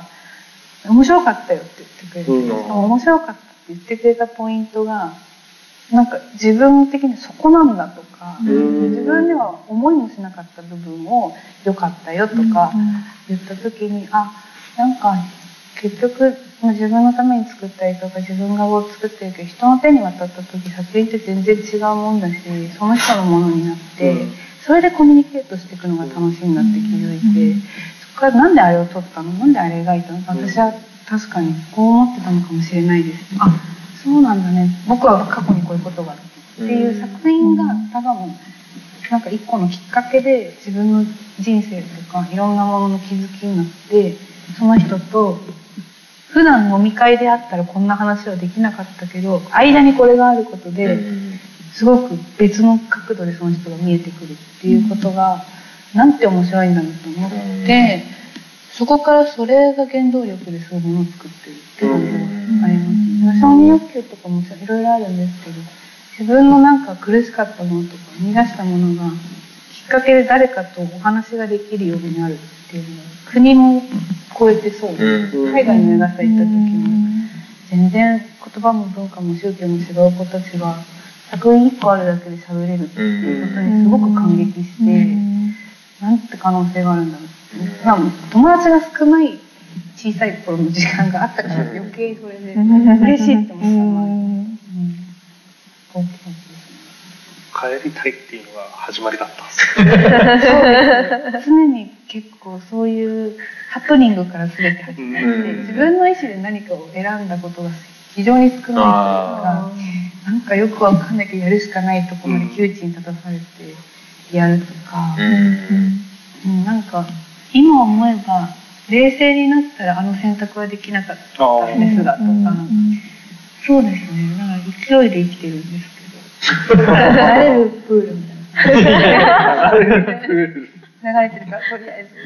「面白かったよ」って言ってくれて、面白かったって言ってくれたポイントがなんか自分的にそこなんだとか、自分では思いもしなかった部分を「良かったよ」とか言った時に、なんか結局自分のために作ったりとか自分が作ってるけど、人の手に渡った時作品って全然違うもんだし、その人のものになって、それでコミュニケートしていくのが楽しいんだって気づいて、そこからなんであれを撮ったの、なんであれ描いたの、私は確かにこう思ってたのかもしれないです、そうなんだね、僕は過去にこういうことがあるっていう作品が多分なんか一個のきっかけで自分の人生とかいろんなものの気づきになって、その人と普段飲み会であったらこんな話はできなかったけど、間にこれがあることですごく別の角度でその人が見えてくるっていうことがなんて面白いんだろうと思って、そこからそれが原動力でそういうものを作ってるってことがあります。承認欲求とかもいろいろあるんですけど、自分のなんか苦しかったものとか生み出したものがきっかけで誰かとお話ができるようになるっていうのは国も超えてそうです。海外に目がさ行った時も全然言葉も文化も宗教も違う子たちが作品1個あるだけで喋れるっていうことにすごく感激して、なんて可能性があるんだろうってまあ友達が少ない小さい頃の時間があったから余計それで嬉しいって思ったのは大きかったですね。 帰りたいっていうのが始まりだったんですね。 常に結構そういうハプニングから全て始まって自分の意思で何かを選んだことが非常に少ないというか、なんかよくわかんないけどやるしかないところまで窮地に立たされてやるとか、なんか今思えば冷静になったらあの選択はできなかったんですがとか、そうですね。なんか勢いで生きてるんですけど。流れるプールみたいな。流れてるからとりあえず。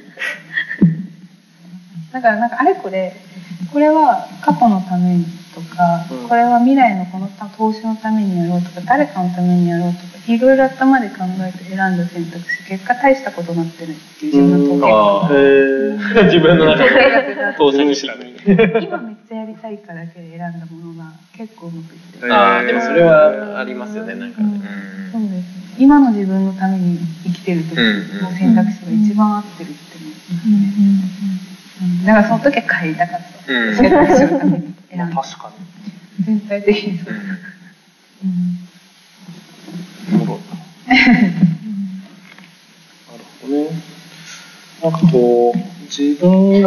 だからなんかあれこれこれは過去のためにとか、これは未来のこの投資のためにやろうとか、誰かのためにやろうとか、いろいろ頭で考えて選んだ選択肢、結果大したことになってるっていう自分の統計学。 自分の中で当然知らない。 今めっちゃやりたいからだけで選んだものが結構うまくいってる。 でもそれはありますよね、なんかね。 そうですね。今の自分のために生きてる時の選択肢が一番合ってるって思いますね。だからその時は帰りたかった。選択肢のために選んだ。 確かに。 全体的にそう。 なるほどね。なんかこう自分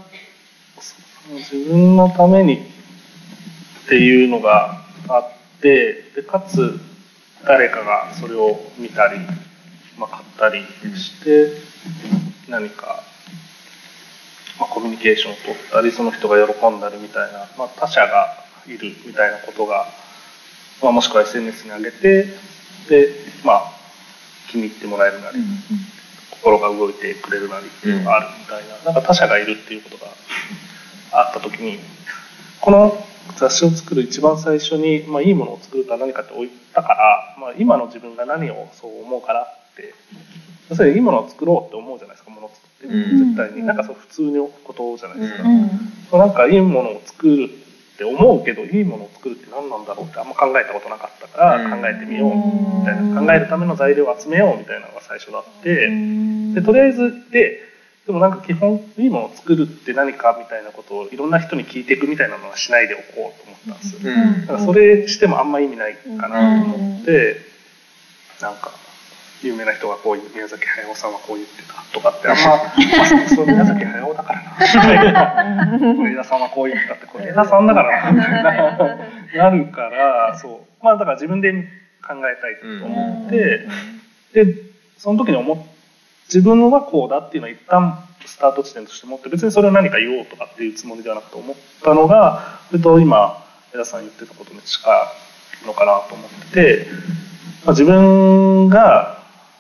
のためにっていうのがあって、でかつ誰かがそれを見たり、買ったりして何か、コミュニケーションを取ったり、その人が喜んだりみたいな、他者がいるみたいなことが、もしくは SNS に上げて、で気に入ってもらえるなり、心が動いてくれるなりっていうのがあるみたいな、なんか他者がいるっていうことがあった時に、この雑誌を作る一番最初に、いいものを作るとは何かって置いたから、今の自分が何をそう思うからって、要するにいいものを作ろうって思うじゃないですか、ものを作って絶対に、なんかそう普通のことじゃないですか。なんかいいものを作るって思うけど、いいものを作るって何なんだろうってあんま考えたことなかったから、考えてみようみたいな、考えるための材料を集めようみたいなのが最初だって、でとりあえずでもなんか基本いいものを作るって何かみたいなことをいろんな人に聞いていくみたいなのはしないでおこうと思ったんですよ。だからそれしてもあんま意味ないかなと思って、なんか有名な人がこういう宮崎駿さんはこう言ってたとかってあんまそう宮崎駿だからなみたいな、小枝さんはこう言ってたって小枝さんだからなみたいななるから、そうだから自分で考えたいと思って、でその時に自分はこうだっていうのは一旦スタート地点として持って、別にそれを何か言おうとかっていうつもりではなくて思ったのが、それと今枝さん言ってたことに近いのかなと思ってて、自分が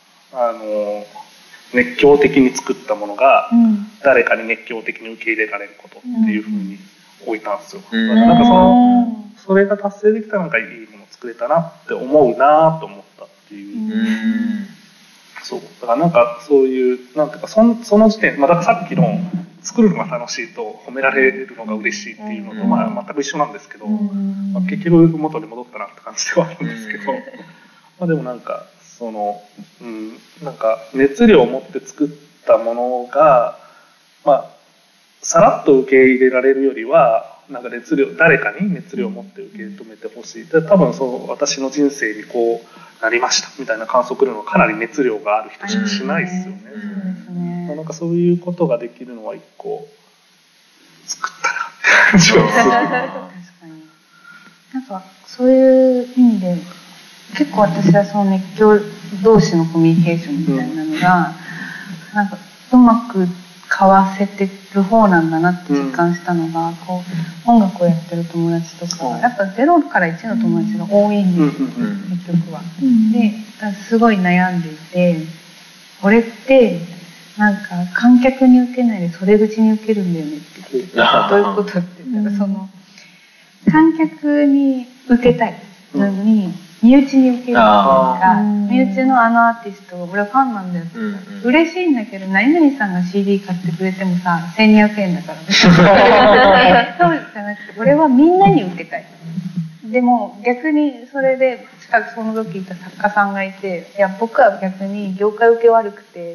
熱狂的に作ったものが誰かに熱狂的に受け入れられることっていうふうに置いたんですよ。なんかそれが達成できたらなんかいいものを作れたなって思うなと思ったっていう。そうだからなんかそういうなんていうかその時点、だからさっきの作るのが楽しいと褒められるのが嬉しいっていうのと全く一緒なんですけど、結局元に戻ったなって感じではあるんですけど、でもなんかなんか熱量を持って作ったものがさらっと受け入れられるよりはなんか誰かに熱量を持って受け止めてほしい。で多分私の人生にこうなりましたみたいな感想をくるのはかなり熱量がある人しかしないですよね。なんかそういうことができるのは一個作ったなって感じがする。 確かに。なんかそういう意味で結構私はその熱狂同士のコミュニケーションみたいなのが、なんかうまく交わせてる方なんだなって実感したのが、こう音楽をやってる友達とか、やっぱ0から1の友達が多いんですよ、結局は。ですごい悩んでいて、俺ってなんか観客に受けないで袖口に受けるんだよねって言って、どういうことって言ったら、観客に受けたいのに身内に受けるっていうか、身内のアーティスト俺はファンなんだよって言ったら、嬉しいんだけど何々さんが CD 買ってくれてもさ1200円だからそうじゃなくて、俺はみんなに受けたい。でも逆にそれで近くその時いた作家さんがいて、いや僕は逆に業界受け悪くて、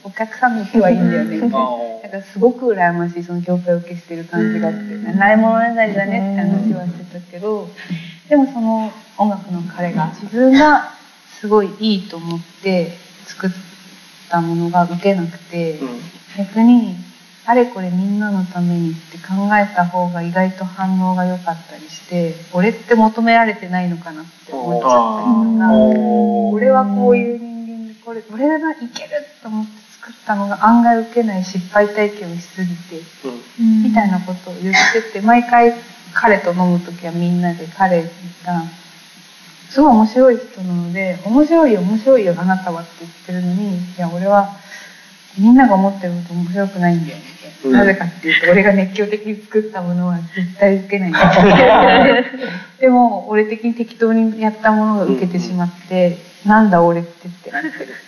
お客さんの手はいいんだよねみたいな。だからすごく羨ましいその業界受けしてる感じがあってないものねだりだねって話はしてたけど、でもその音楽の彼が自分がすごいいいと思って作ったものが受けなくて、逆にあれこれみんなのためにって考えた方が意外と反応が良かったりして、俺って求められてないのかなって思っちゃったりとか、俺はこういう人間で俺がいけると思って作ったのが案外受けない失敗体験をしすぎて、みたいなことを言ってて、毎回彼と飲む時はみんなで彼がすごい面白い人なので、面白いよあなたはって言ってるのに、いや俺はみんなが思ってること面白くないんだよみたいな、なぜかっていうと俺が熱狂的に作ったものは絶対受けないんだよでも俺的に適当にやったものが受けてしまって、なんだ俺ってなってる。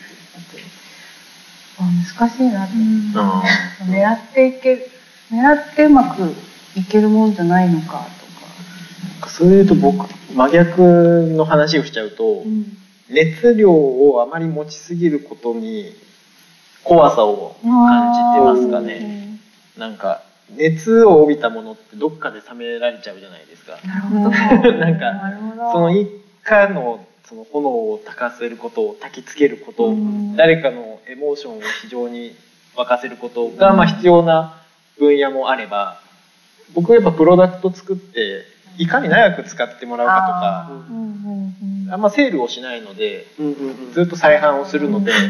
難しいなって、狙ってうまくいけるもんじゃないのかとか。 それで言うと僕真逆の話をしちゃうと、熱量をあまり持ちすぎることに怖さを感じてますかね。なんか熱を帯びたものってどっかで冷められちゃうじゃないですか。 なるほど。 なんかその一家のその炎を焚かせることを焚きつけること、誰かのエモーションを非常に沸かせることがまあ必要な分野もあれば、僕はやっぱプロダクト作っていかに長く使ってもらうかとか、あんまセールをしないのでずっと再販をするので、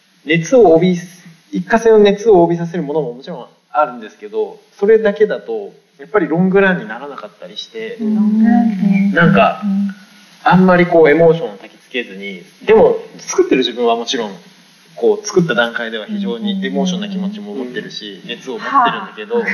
一過性の熱を帯びさせるものももちろんあるんですけど、それだけだとやっぱりロングランにならなかったりして、なんかあんまりこうエモーションを焚きつけずに、でも作ってる自分はもちろんこう作った段階では非常にエモーションな気持ちも持ってるし、熱を持ってるんだけど、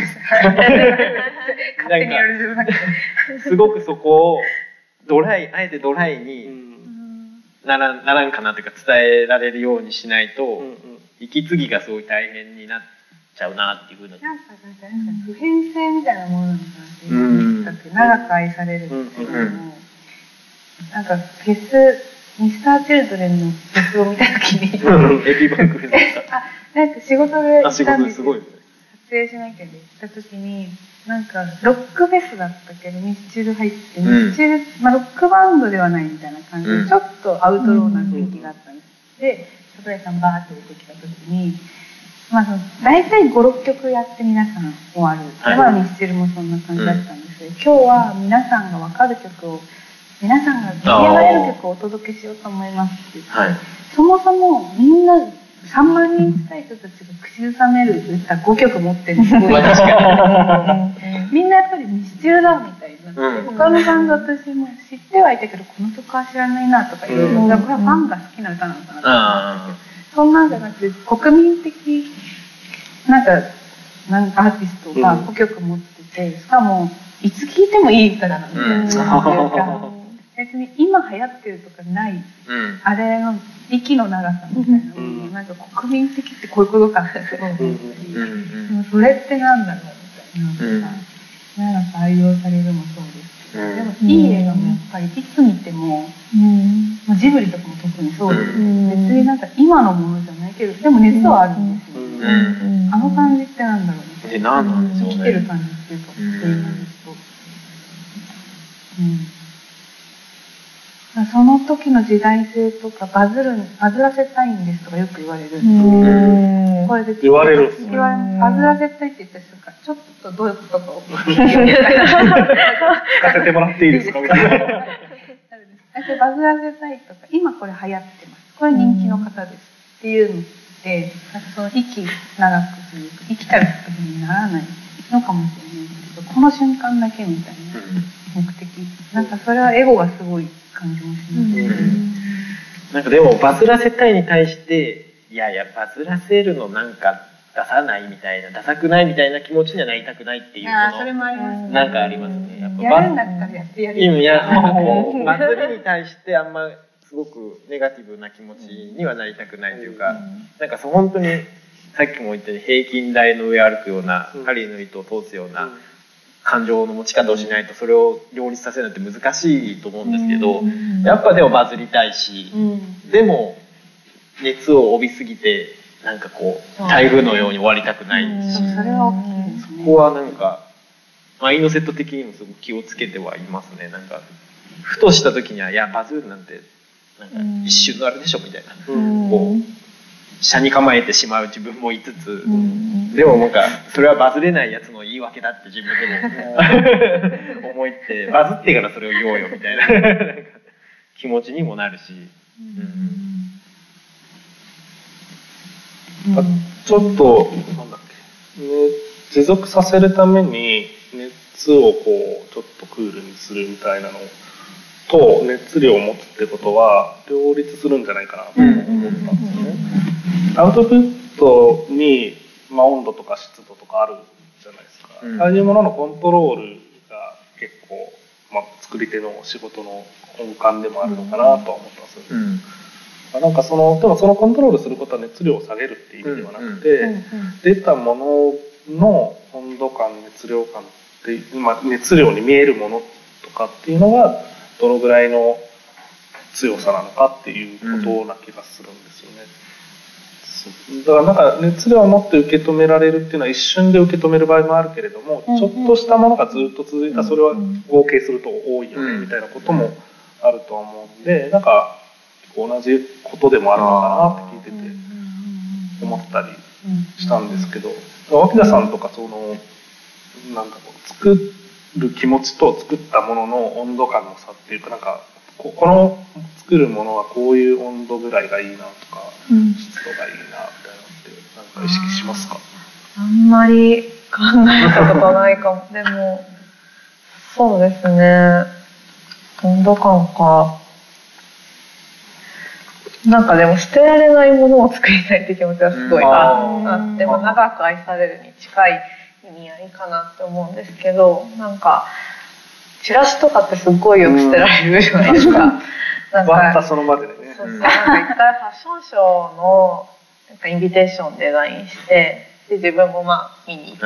なんかすごくそこをあえてドライにならんかなというか伝えられるようにしないと、息継ぎがすごい大変になっちゃうなっていうふうな。 なんか普遍性みたいなものなのかなって、長く愛されるみたいなのも、なんかフェスミスター・チルドレンのフェスを見た時にエビバンクフェスなんか仕事で行ったんですよ。 すごい撮影しなきゃで行った時に、なんかロックフェスだったけどミスチル入って、ミスチル、ロックバンドではないみたいな感じで、ちょっとアウトローな雰囲気があったんです。で櫻井さんバーって出てきた時に、大体 5,6 曲やって皆さん終わる。ミスチルもそんな感じだったんですけど、今日は皆さんが分かる曲を、皆さんが盛り上がれる曲をお届けしようと思いますって言って、そもそもみんな3万人近い人たちが口ずさめる歌5曲持ってるんですごいみんなやっぱりミスチルだみたいになって、他のバンド私も知ってはいたけどこの曲は知らないなとか言う、だからこれはファンが好きな歌なのかなと思って、そんなんじゃなくて国民的なんかアーティストが5曲持ってて、しかもいつ聴いてもいい歌だなみたいな、別に今流行ってるとかない、あれの息の長さみたいなのも、なんか国民的ってこういうことかってすごい思ったり、でもそれってなんだろうみたいな、長く愛用されるもそうですけど、でもいい映画もやっぱりいつ見ても、ジブリとかも特にそうですけど、別になんか今のものじゃないけど、でも熱はあるんですよ。あの感じってなんだろうみたいな、生きてる感じっていうか、そういう感じと。その時の時代性とかバズらせたいんですとかよく言われるんですよ。これで言われる。 バズらせたいって言った瞬間、ちょっとどういうことかを聞かせてもらっていいですかみたいな。 バズらせたいとか、今これ流行ってます。これ人気の方ですっていうのって、その息長くというか生きたることにならないのかもしれないですけど、この瞬間だけみたいな目的、なんかそれはエゴがすごい感じもします。 なんかでもバズらせたいに対して、いやいやバズらせるのなんか出さないみたいな、ダサくないみたいな気持ちにはなりたくないっていう、 それもありますね。 なんかありますね。 やるんだったらやってやる。 バズりに対してあんますごくネガティブな気持ちにはなりたくないというか、なんか本当にさっきも言ったように平均台の上歩くような、針の糸を通すような感情の持ち方をしないとそれを両立させるのって難しいと思うんですけど、やっぱでもバズりたいし、でも熱を帯びすぎてなんかこう台風のように終わりたくないし、 それは大きいですね。 ここはなんかマインドセット的にもすごく気をつけてはいますね。なんかふとした時には、いやバズるなんてなんか一瞬のあれでしょみたいな、こう車に構えてしまう自分もいつつ、でもなんかそれはバズれないやつの言い訳だって自分でも思ってバズってからそれを言おうよみたいななんか気持ちにもなるし、 ちょっとなんだっけ、持続させるために熱をこうちょっとクールにするみたいなのと熱量を持つってことは両立するんじゃないかなと思ったんですよね。アウトプットに、温度とか湿度とかあるじゃないですか。ああいうもののコントロールが結構、作り手の仕事の根幹でもあるのかなとは思ったんですよね。なんかでもそのコントロールすることは熱量を下げるっていう意味ではなくて、出たものの温度感、熱量感って、熱量に見えるものとかっていうのがどのぐらいの強さなのかっていうことな気がするんですよね。だからなんか熱量を持って受け止められるっていうのは一瞬で受け止める場合もあるけれども、ちょっとしたものがずっと続いた、それは合計すると多いよねみたいなこともあるとは思うんで、なんか同じことでもあるのかなって聞いてて思ったりしたんですけど、脇田さんとかなんか作る気持ちと作ったものの温度感の差っていうか、なんかこの作るものはこういう温度ぐらいがいいなとか、湿度がいいなみたいなのってなんか意識しますか？ あんまり考えたことないかも。でもそうですね、温度感か。なんかでも捨てられないものを作りたいって気持ちはすごいあって、長く愛されるに近い意味合いかなって思うんですけど、なんかチラシとかってすっごいよく捨てられるじゃないですか。なんかその場でね。 なんか一回ファッションショーのなんかインビテーションデザインして、で自分も見に行って、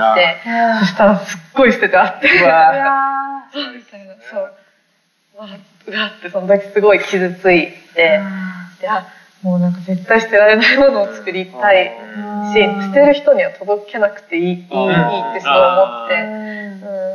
そしたらすっごい捨ててあって、みたいな、そううわってその時すごい傷ついて、でもうなんか絶対捨てられないものを作りたいし、捨てる人には届けなくていいってそう思って、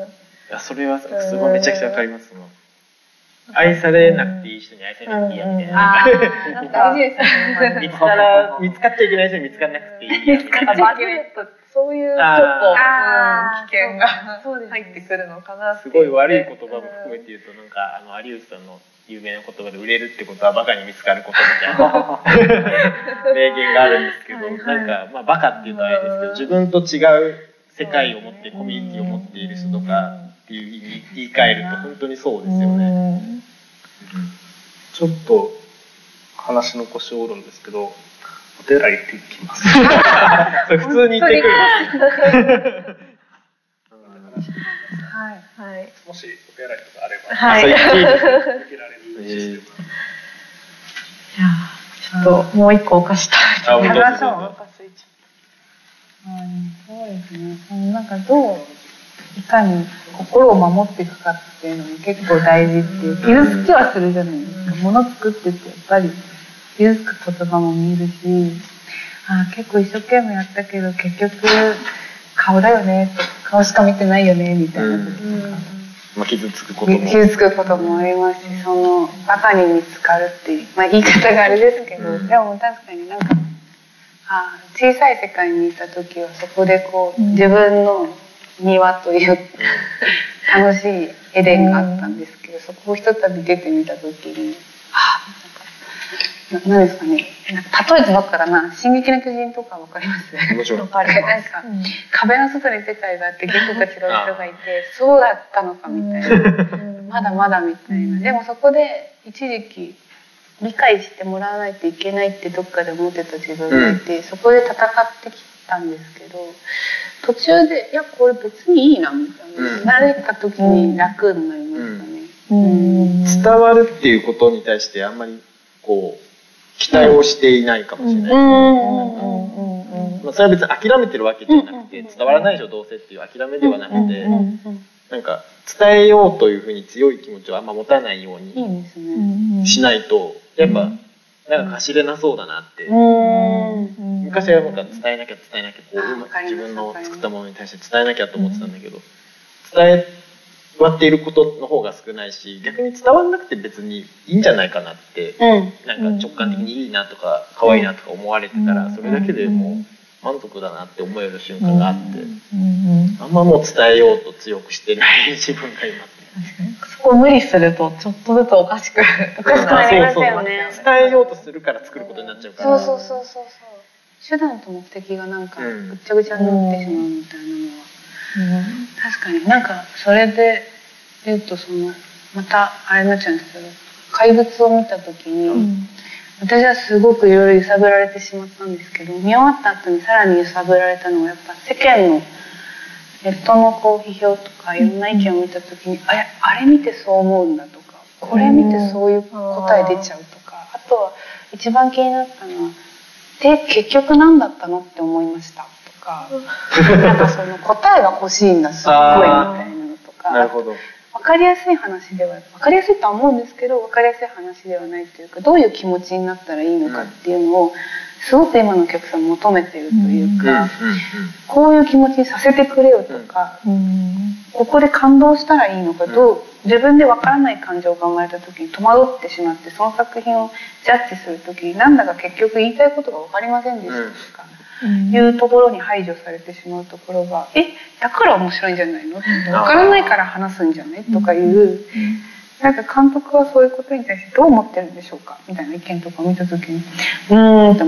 いやそれはすごいめちゃくちゃわかります。愛されなくていい人に愛されなくていいやみたいな。 なんか大事ですね。 見つかっちゃいけない人に見つからなくていいやみたいな。 バズるとそういうちょっと危険が入ってくるのかなって。 すごい悪い言葉も含めて言うと、なんか有吉さんの有名な言葉で売れるってことはバカに見つかることみたいな名言があるんですけど、なんかバカっていうとあれですけど、自分と違う世界を持ってコミュニティを持っている人とかっていう意味言い換えると本当にそうですよね。 ちょっと話の腰を折るんですけど、お手洗い行ってきます。 それ普通に言ってくる。 はい。 もしお手洗いとかあれば、 はい。 受けられるシステム。 ちょっともう一個お菓子食べて。 そうですね。なんかどういかに心を守っていくかっていうのも結構大事っていう、傷つきはするじゃないですか。物作っててやっぱり傷つく言葉も見るし、結構一生懸命やったけど結局顔だよねとか顔しか見てないよねみたいな時とか、 傷つくこともありますし、バカに見つかるっていう、言い方があれですけど、でも確かになんか小さい世界にいた時はそこでこう自分の庭という楽しいエデンがあったんですけど、そこをひとたび出てみた時に何ですかね、例えてばっかだな、進撃の巨人とかわかります？ もちろん。 なんか壁の外に世界があって言語が違う人がいて、そうだったのかみたいな、まだまだみたいな。でもそこで一時期理解してもらわないといけないってどっかで思ってた自分がいて、そこで戦ってきたんですけど、途中でいやこれ別にいいなみたいな、慣れた時に楽になりましたね。 伝わるっていうことに対してあんまりこう期待をしていないかもしれない。それは別に諦めてるわけじゃなくて、伝わらないでしょどうせっていう諦めではなくて、なんか伝えようというふうに強い気持ちをあんま持たないようにしないと、やっぱなんか走れなそうだなって。 昔はなんか伝えなきゃこうわかります自分の作ったものに対して伝えなきゃと思ってたんだけど、伝わっていることの方が少ないし、逆に伝わらなくて別にいいんじゃないかなって、なんか直感的にいいなとか可愛いなとか思われてたら、それだけでもう満足だなって思える瞬間があって、あんまもう伝えようと強くしてない自分がいます。 そこを無理するとちょっとずつおかしくなりますよね。 伝えようとするから作ることになっちゃうから。 そう手段と目的がなんかぐっちゃぐちゃになってしまうみたいなのは、確かになんかそれで言うとまたあれになっちゃうんですけど、怪物を見た時に、私はすごくいろいろ揺さぶられてしまったんですけど、見終わった後にさらに揺さぶられたのはやっぱ世間のネットのこう批評とかいろんな意見を見た時に、あれ見てそう思うんだとか、これ見てそういう答え出ちゃうとか、あとは一番気になったのは結局何だったのって思いましたとか、なんか答えが欲しいんだすっごいみたいなのとか。 なるほど。 分かりやすい話では分かりやすいとは思うんですけど、分かりやすい話ではないというか、どういう気持ちになったらいいのかっていうのをすごく今のお客さん求めてるというか、こういう気持ちにさせてくれよとか、ここで感動したらいいのか、自分で分からない感情が生まれた時に戸惑ってしまって、その作品をジャッジする時になんだか結局言いたいことが分かりませんでしたとかいうところに排除されてしまうところが、だから面白いんじゃないの、分からないから話すんじゃないとかいう、なんか監督はそういうことに対してどう思ってるんでしょうかみたいな意見とかを見た時にと思って、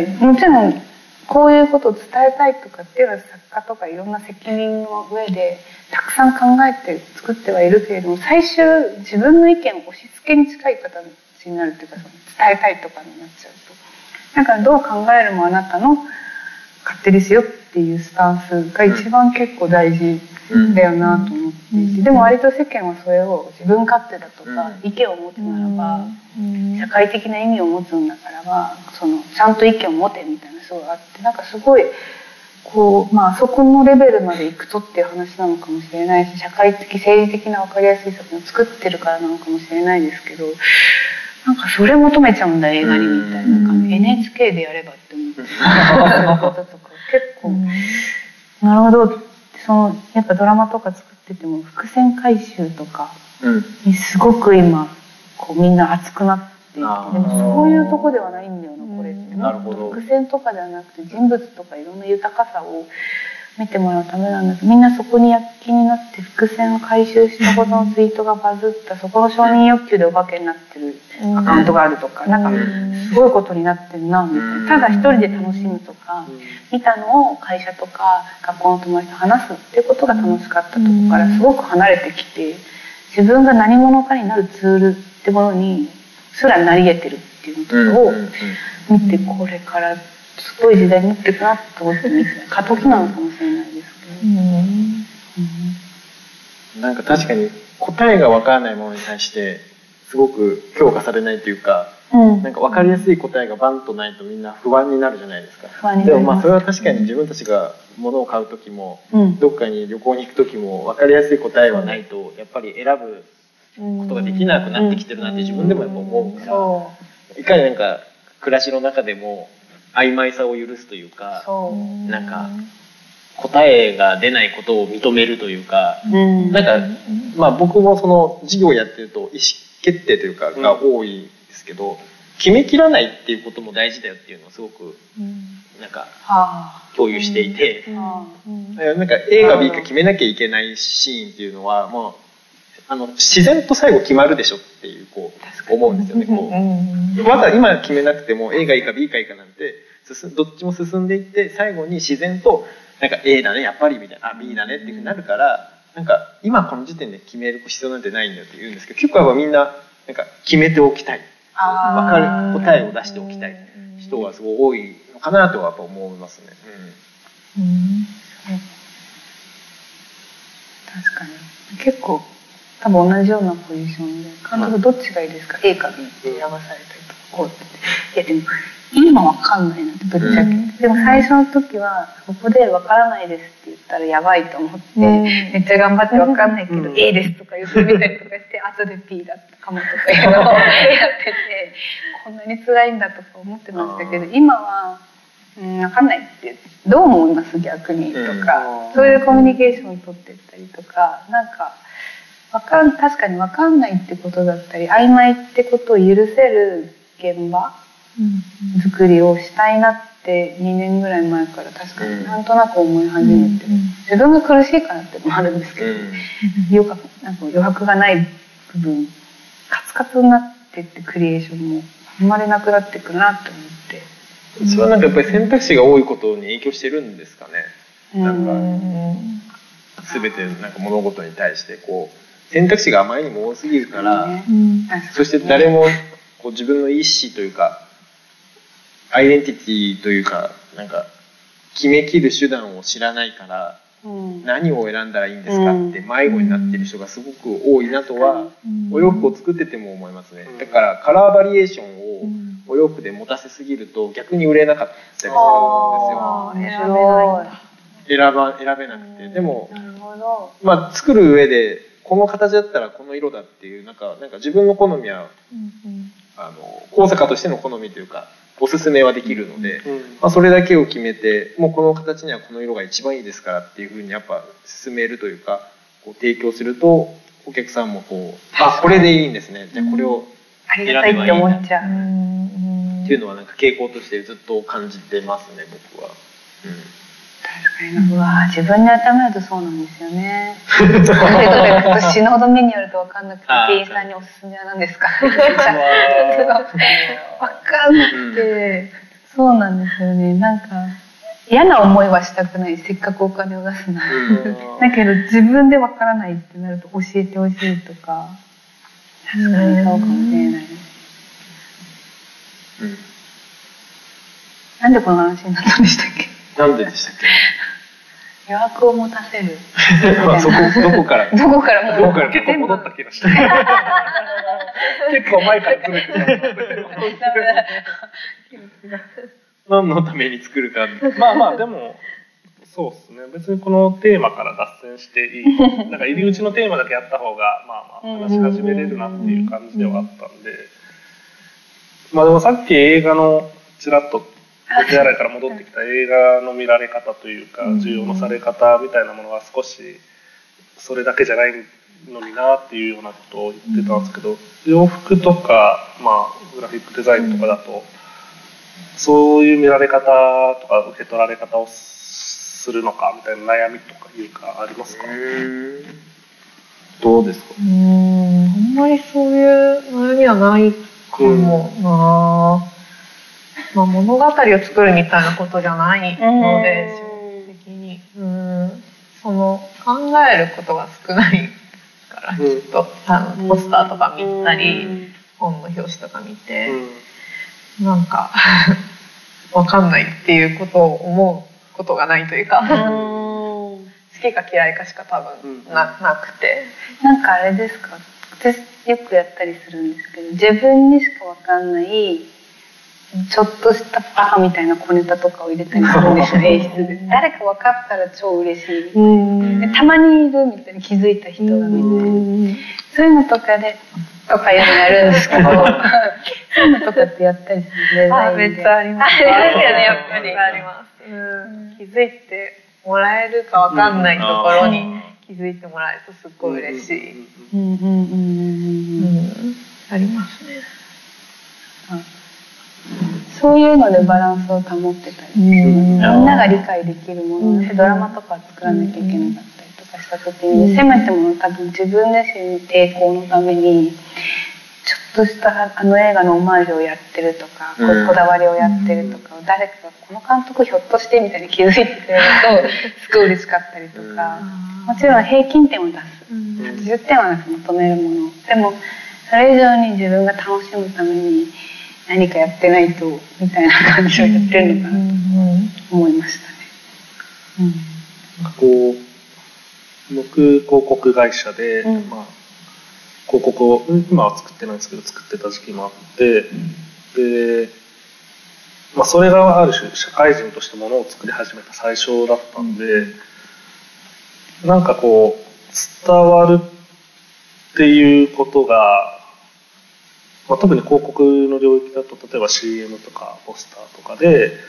もちろんこういうことを伝えたいとかっていうのは作家とかいろんな責任の上でたくさん考えて作ってはいるけれども、最終自分の意見を押し付けに近い形になるっていうか、伝えたいとかになっちゃうと、だからどう考えるもあなたの勝手ですよっていうスタンスが一番結構大事だよなと思っていて、でも割と世間はそれを自分勝手だとか、意見を持つならば社会的な意味を持つんだからばちゃんと意見を持てみたいなすごいあって、なんかすごいこうあそこのレベルまで行くとっていう話なのかもしれないし、社会的政治的な分かりやすい作品を作ってるからなのかもしれないですけど、なんかそれ求めちゃうんだ映画にみたいな感じ、NHK でやればって思ってこととか結構なるほど。やっぱドラマとか作ってても伏線回収とかにすごく今こうみんな熱くなっていて、でもそういうとこではないんだよなこれって。もっと伏線とかではなくて人物とかいろんな豊かさを見てもらうためなんだけど、みんなそこに躍起になって伏線を回収したことのツイートがバズった、そこの承認欲求でお化けになってるアカウントがあるとか、なんかすごいことになってるなみたいな。ただ一人で楽しむとか、見たのを会社とか学校の友達と話すっていうことが楽しかったところからすごく離れてきて、自分が何者かになるツールってものにすらなり得てるっていうのを見て、これからすごい時代になっていくなと思って見て、過渡期なのかもしれないですけど、 なんか確かに答えが分からないものに対してすごく評価されないというか、なんか分かりやすい答えがバンとないとみんな不安になるじゃないですか。でもそれは確かに自分たちが物を買う時も、どっかに旅行に行く時も分かりやすい答えはないとやっぱり選ぶことができなくなってきてるなって自分でもやっぱ思うから、いかになんか暮らしの中でも曖昧さを許すというか、なんか答えが出ないことを認めるというか、なんか僕もその事業をやってると意思決定というかが多いですけど、決めきらないっていうことも大事だよっていうのをすごくなんか共有していて、なんか A か B か決めなきゃいけないシーンっていうのはもう自然と最後決まるでしょっていう思うんですよね。まだ今決めなくても A がいいか B がいいかなんてどっちも進んでいって、最後に自然となんか A だねやっぱりみたいな、B だねっていうふうになるから、なんか今この時点で決める必要なんてないんだよって言うんですけど、結構やっぱみんななんか決めておきたい、分かる答えを出しておきたい人がすごい多いのかなとはやっぱ思いますね。 確かに結構多分同じようなポジションで、監督どっちがいいですか、A か B って選ばされたりとかこうって、いやでも今わかんないなってぶっちゃけ、でも最初の時はここでわからないですって言ったらやばいと思って、めっちゃ頑張ってわかんないけど A ですとか言ってみたりとかして、後で B だったかもとかいうのをやってて、こんなに辛いんだとか思ってましたけど、今は分かんないってどう思います逆にとか、そういうコミュニケーションを取っていったりとか、なんか確かに分かんないってことだったり曖昧ってことを許せる現場作りをしたいなって2年ぐらい前から確かになんとなく思い始めて、自分が苦しいからってのもあるんですけど、なんか余白がない部分カツカツになってってクリエーションもあんまりなくなっていくなって思って。 それはなんかやっぱり選択肢が多いことに影響してるんですかね。なんか全てなんか物事に対してこう選択肢があまりにも多すぎるから、そして誰もこう自分の意思というかアイデンティティというかなんか決めきる手段を知らないから、何を選んだらいいんですかって迷子になってる人がすごく多いなとは、お洋服を作ってても思いますね。だからカラーバリエーションをお洋服で持たせすぎると逆に売れなかったりするんですよ。選べなくて、でもまあ作る上でこの形だったらこの色だっていうなんか自分の好みは工作家としての好みというかおすすめはできるので、まあ、それだけを決めてもうこの形にはこの色が一番いいですからっていうふうにやっぱ進めるというかこう提供するとお客さんもこうこれでいいんですね、じゃあこれを選べばいいんだっていうのはなんか傾向としてずっと感じてますね僕は。 確かに、うわ自分に当てはめるとそうなんですよね。死ぬほど目によると分かんなくて店員さんにおすすめは何ですかって言っちゃう。分かんなくて、そうなんですよね。なんか嫌な思いはしたくない、せっかくお金を出すなら。だけど自分で分からないってなると教えてほしいとか、確かにそうかもしれない。なんでこの話になったんでしたっけ？ なんででしたっけ？ 余白を持たせる。 どこから結構戻った気がした。結構前からずれてた。 何のために作るか。 まあでもそうですね。別にこのテーマから脱線していい。なんか入り口のテーマだけやった方が話し始めれるなっていう感じではあったんで。まあでもさっき映画のちらっとお手洗いから戻ってきた映画の見られ方というか重要のされ方みたいなものが少しそれだけじゃないのになっていうようなことを言ってたんですけど、洋服とかグラフィックデザインとかだとそういう見られ方とか受け取られ方をするのかみたいな悩みとかいうかありますか？どうですか？ あんまりそういう悩みはないかもな。物語を作るみたいなことじゃないので、基本的にその考えることが少ないからちょっとポスターとか見たり本の表紙とか見てなんかわかんないっていうことを思うことがないというか好きか嫌いかしか多分なくて、 なんかあれですか、私よくやったりするんですけど、自分にしかわかんないちょっとしたバカみたいな小ネタとかを入れたりするんですよ演出で。誰か分かったら超嬉しいみたいな。でたまにいるみたいに気づいた人が見て、そういうのとかでとかいうのやるんですけどそういうのとかってやったりするデザインで。 めっちゃあります。ありますよね、やっぱり。あります。気づいてもらえるか分かんないところに気づいてもらえるとすっごい嬉しい。ありますね。 そういうのでバランスを保ってたり、みんなが理解できるものでドラマとか作らなきゃいけなかったりとかした時に、せめても多分自分自身の抵抗のためにちょっとした映画のオマージュをやってるとか、こだわりをやってるとかを誰かがこの監督ひょっとしてみたいに気づいてくれるとすごい嬉しかったりとか、もちろん平均点を出す、80点は求めるものでもそれ以上に自分が楽しむために何かやってないとみたいな感じをやってるのかなと思いましたね。 こう僕広告会社で、広告を今は作ってないんですけど作ってた時期もあって、で、それがある種社会人としてものを作り始めた最初だったんで、なんかこう伝わるっていうことが特に広告の領域だと例えば CM とかポスターとかで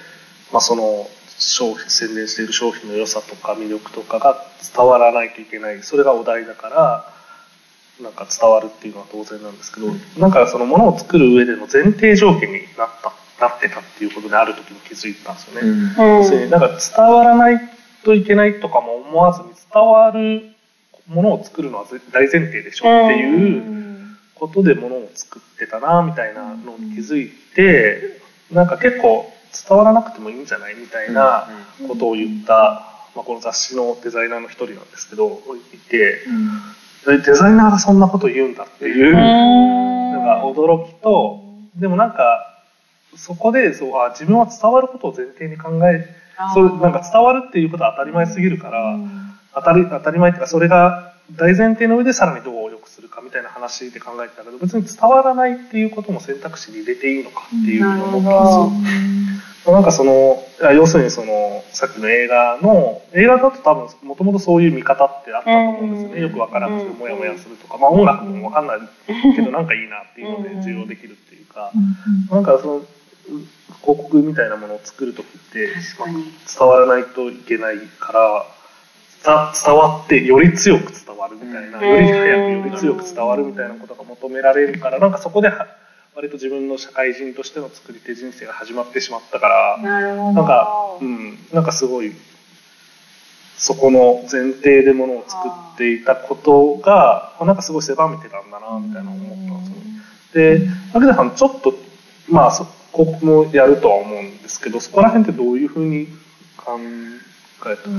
その宣伝している商品の良さとか魅力とかが伝わらないといけない、それがお題だからなんか伝わるっていうのは当然なんですけど、なんかそのものを作る上での前提条件になってたっていうことである時に気づいたんですよね。要するになんか伝わらないといけないとかも思わずに、伝わるものを作るのは大前提でしょっていうことでものを作ってたなみたいなのに気づいて、なんか結構伝わらなくてもいいんじゃないみたいなことを言った、この雑誌のデザイナーの一人なんですけどいて、デザイナーがそんなこと言うんだっていうなんか驚きと、でもなんかそこで自分は伝わることを前提に考え、なんか伝わるっていうことは当たり前すぎるから、当たり前っていうか、それが大前提の上でさらにどう良くするかみたいな話で考えてたけど、別に伝わらないっていうことも選択肢に入れていいのかっていうふうに思ったんですよ。なんか要するにさっきの映画だと多分もともとそういう見方ってあったと思うんですよね。よくわからなくてモヤモヤするとか、音楽もわかんないけどなんかいいなっていうので受容できるっていうか、なんか広告みたいなものを作る時って伝わらないといけないから、伝わってより強く伝わるみたいな、より早くより強く伝わるみたいなことが求められるから、なんかそこで割と自分の社会人としての作り手人生が始まってしまったから、なんかすごいそこの前提でものを作っていたことがなんかすごい狭めてたんだなみたいな思ったんですよね。で、牧田さんちょっと広告もやるとは思うんですけど、そこら辺ってどういうふうに考えた？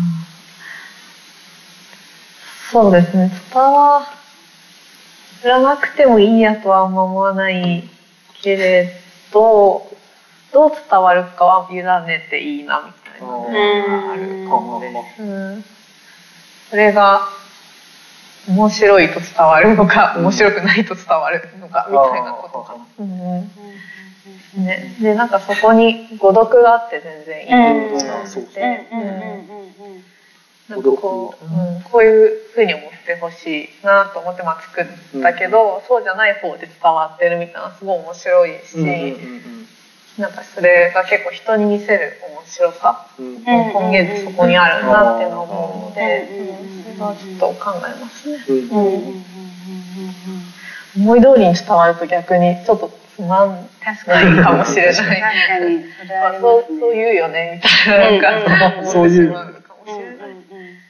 そうですね、伝わらなくてもいいやとはあんま思わないけれど、どう伝わるかは委ねていいなみたいなのがあるかもです。それが面白いと伝わるのか、面白くないと伝わるのかみたいなことかな。で、なんかそこに誤読があって全然いいと思ってなんかこういうふうに思ってほしいなと思って作ったけど、そうじゃない方で伝わってるみたいなすごい面白いし、なんかそれが結構人に見せる面白さ根源ってそこにあるなっていうのを思うので、それはちょっと考えますね。思い通りに伝わると逆にちょっとつまんないかもしれない。そう言うよねみたいな、なんかそういうかもしれない。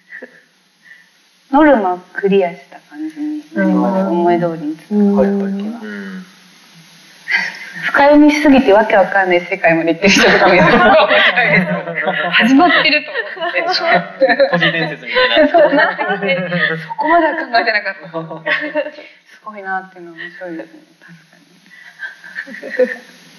ノルマクリアした感じになります。思い通りに伝わるときは。深読みしすぎてわけわかんない世界まで行ってる人とかもいる。始まってると思って。 都市伝説みたいな。 そうなってきて、そこまでは考えてなかった。すごいなっていうのは面白いですね。確かに。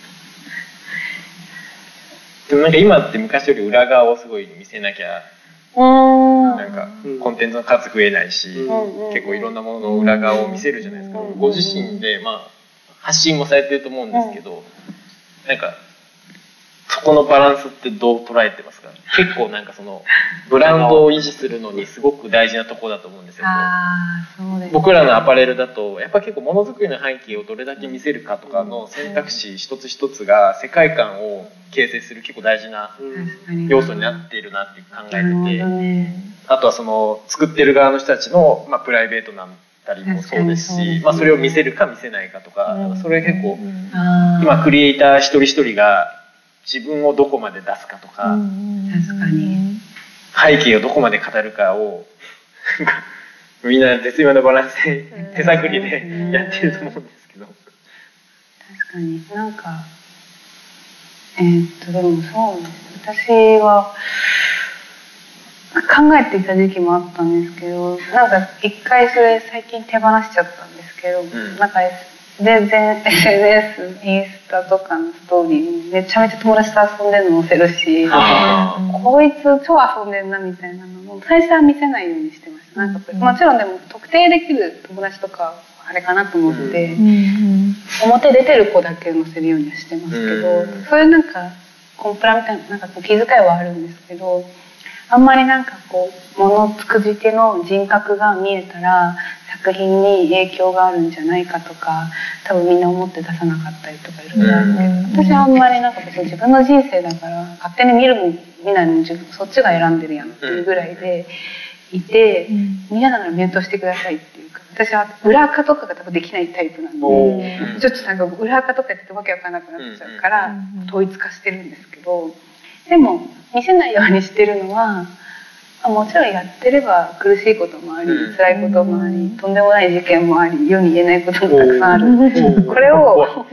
でもなんか今って昔より裏側をすごい見せなきゃ。なんかコンテンツの数増えないし、結構いろんなものの裏側を見せるじゃないですか。ご自身で発信もされてると思うんですけど、なんかそこのバランスってどう捉えてますか？結構なんかそのブランドを維持するのにすごく大事なところだと思うんですよ。僕らのアパレルだとやっぱ結構ものづくりの背景をどれだけ見せるかとかの選択肢一つ一つが世界観を形成する結構大事な要素になっているなって考えてて、あとはその作ってる側の人たちのプライベートなたりもそうですし、それを見せるか見せないかとか、それ結構今クリエイター一人一人が自分をどこまで出すかとか、背景をどこまで語るかをみんな絶妙なバランスで手探りでやってると思うんですけど。 確かになんかでもそうです。私は考えていた時期もあったんですけど、なんか一回それ最近手放しちゃったんですけど、なんか全然 SNS、インスタとかのストーリーめちゃめちゃ友達と遊んでるの載せるし、こいつ超遊んでんなみたいなのも最初は見せないようにしてました。なんかもちろんでも特定できる友達とかあれかなと思って、表出てる子だけ載せるようにはしてますけど、そういうなんかコンプラみたいな、なんか気遣いはあるんですけど、あんまりなんかこう物作り手の人格が見えたら作作品に影響があるんじゃないかとか多分みんな思って出さなかったりとかいろいろあって、私はあんまりなんか別に自分の人生だから勝手に見ないのもそっちが選んでるやんっていうぐらいでいて、嫌ならミュートしてくださいっていうか、私は裏垢とかが多分できないタイプなんで、ちょっとなんか裏垢とかやっててわけわかんなくなっちゃうから統一化してるんですけど、でも見せないようにしてるのはもちろんやってれば苦しいこともあり辛いこともありとんでもない事件もあり世に言えないこともたくさんある。これを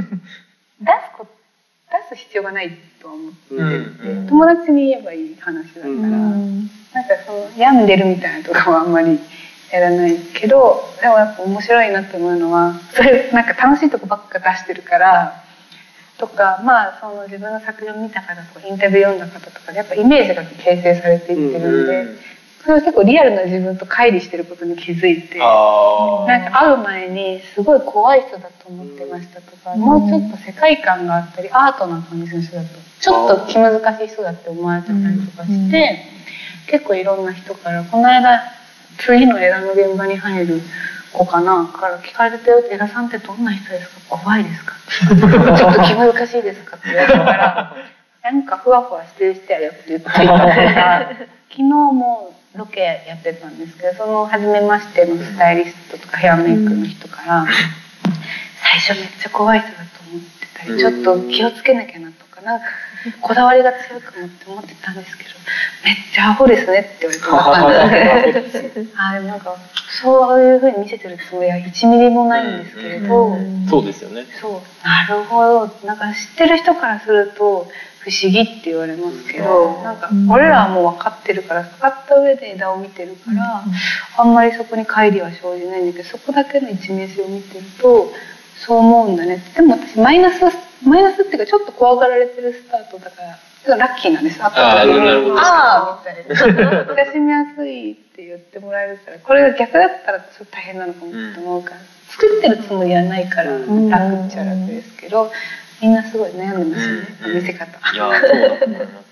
出す必要がないと思ってて、友達に言えばいい話だから、なんかその病んでるみたいなとかはあんまりやらないけど、でもやっぱ面白いなって思うのはそれなんか楽しいとこばっか出してるからとか、まあその自分の作品を見た方とかインタビュー読んだ方とかでやっぱイメージが形成されていってるんで。それは結構リアルな自分と乖離してることに気づいて、なんか会う前にすごい怖い人だと思ってましたとか、もうちょっと世界観があったりアートな感じの人だとちょっと気難しい人だって思われてたりとかして、結構いろんな人からこの間次の映画の現場に入る子かなから聞かれて「江田さんってどんな人ですか？怖いですか？ちょっと気難しいですか？」って言われたから「なんかふわふわしてる人やよ」って言っていたから昨日もロケやってたんですけど、その初めましてのスタイリストとかヘアメイクの人から最初めっちゃ怖い人だと思ってたり、ちょっと気をつけなきゃなとか、なんかこだわりが強いかもって思ってたんですけど、めっちゃアホですねって言われて思ったんですけど、でもなんかそういう風に見せてるつもりは1ミリもないんですけれど、 そうですよね。 そうなるほど、なんか知ってる人からすると不思議って言われますけど、なんか俺らはもう分かってるから分かった上で枝を見てるから、あんまりそこに乖離は生じないんだけど、そこだけの一面性を見てるとそう思うんだね。でも私マイナスっていうかちょっと怖がられてるスタートだからラッキーなんです。あった時にみたいな親しみやすいって言ってもらえるから、これが逆だったらちょっと大変なのかもって思うから、作ってるつもりはないから楽っちゃ楽ですけど、みんなすごい悩んでますよね、見せ方。 いや、そうだと思いますね。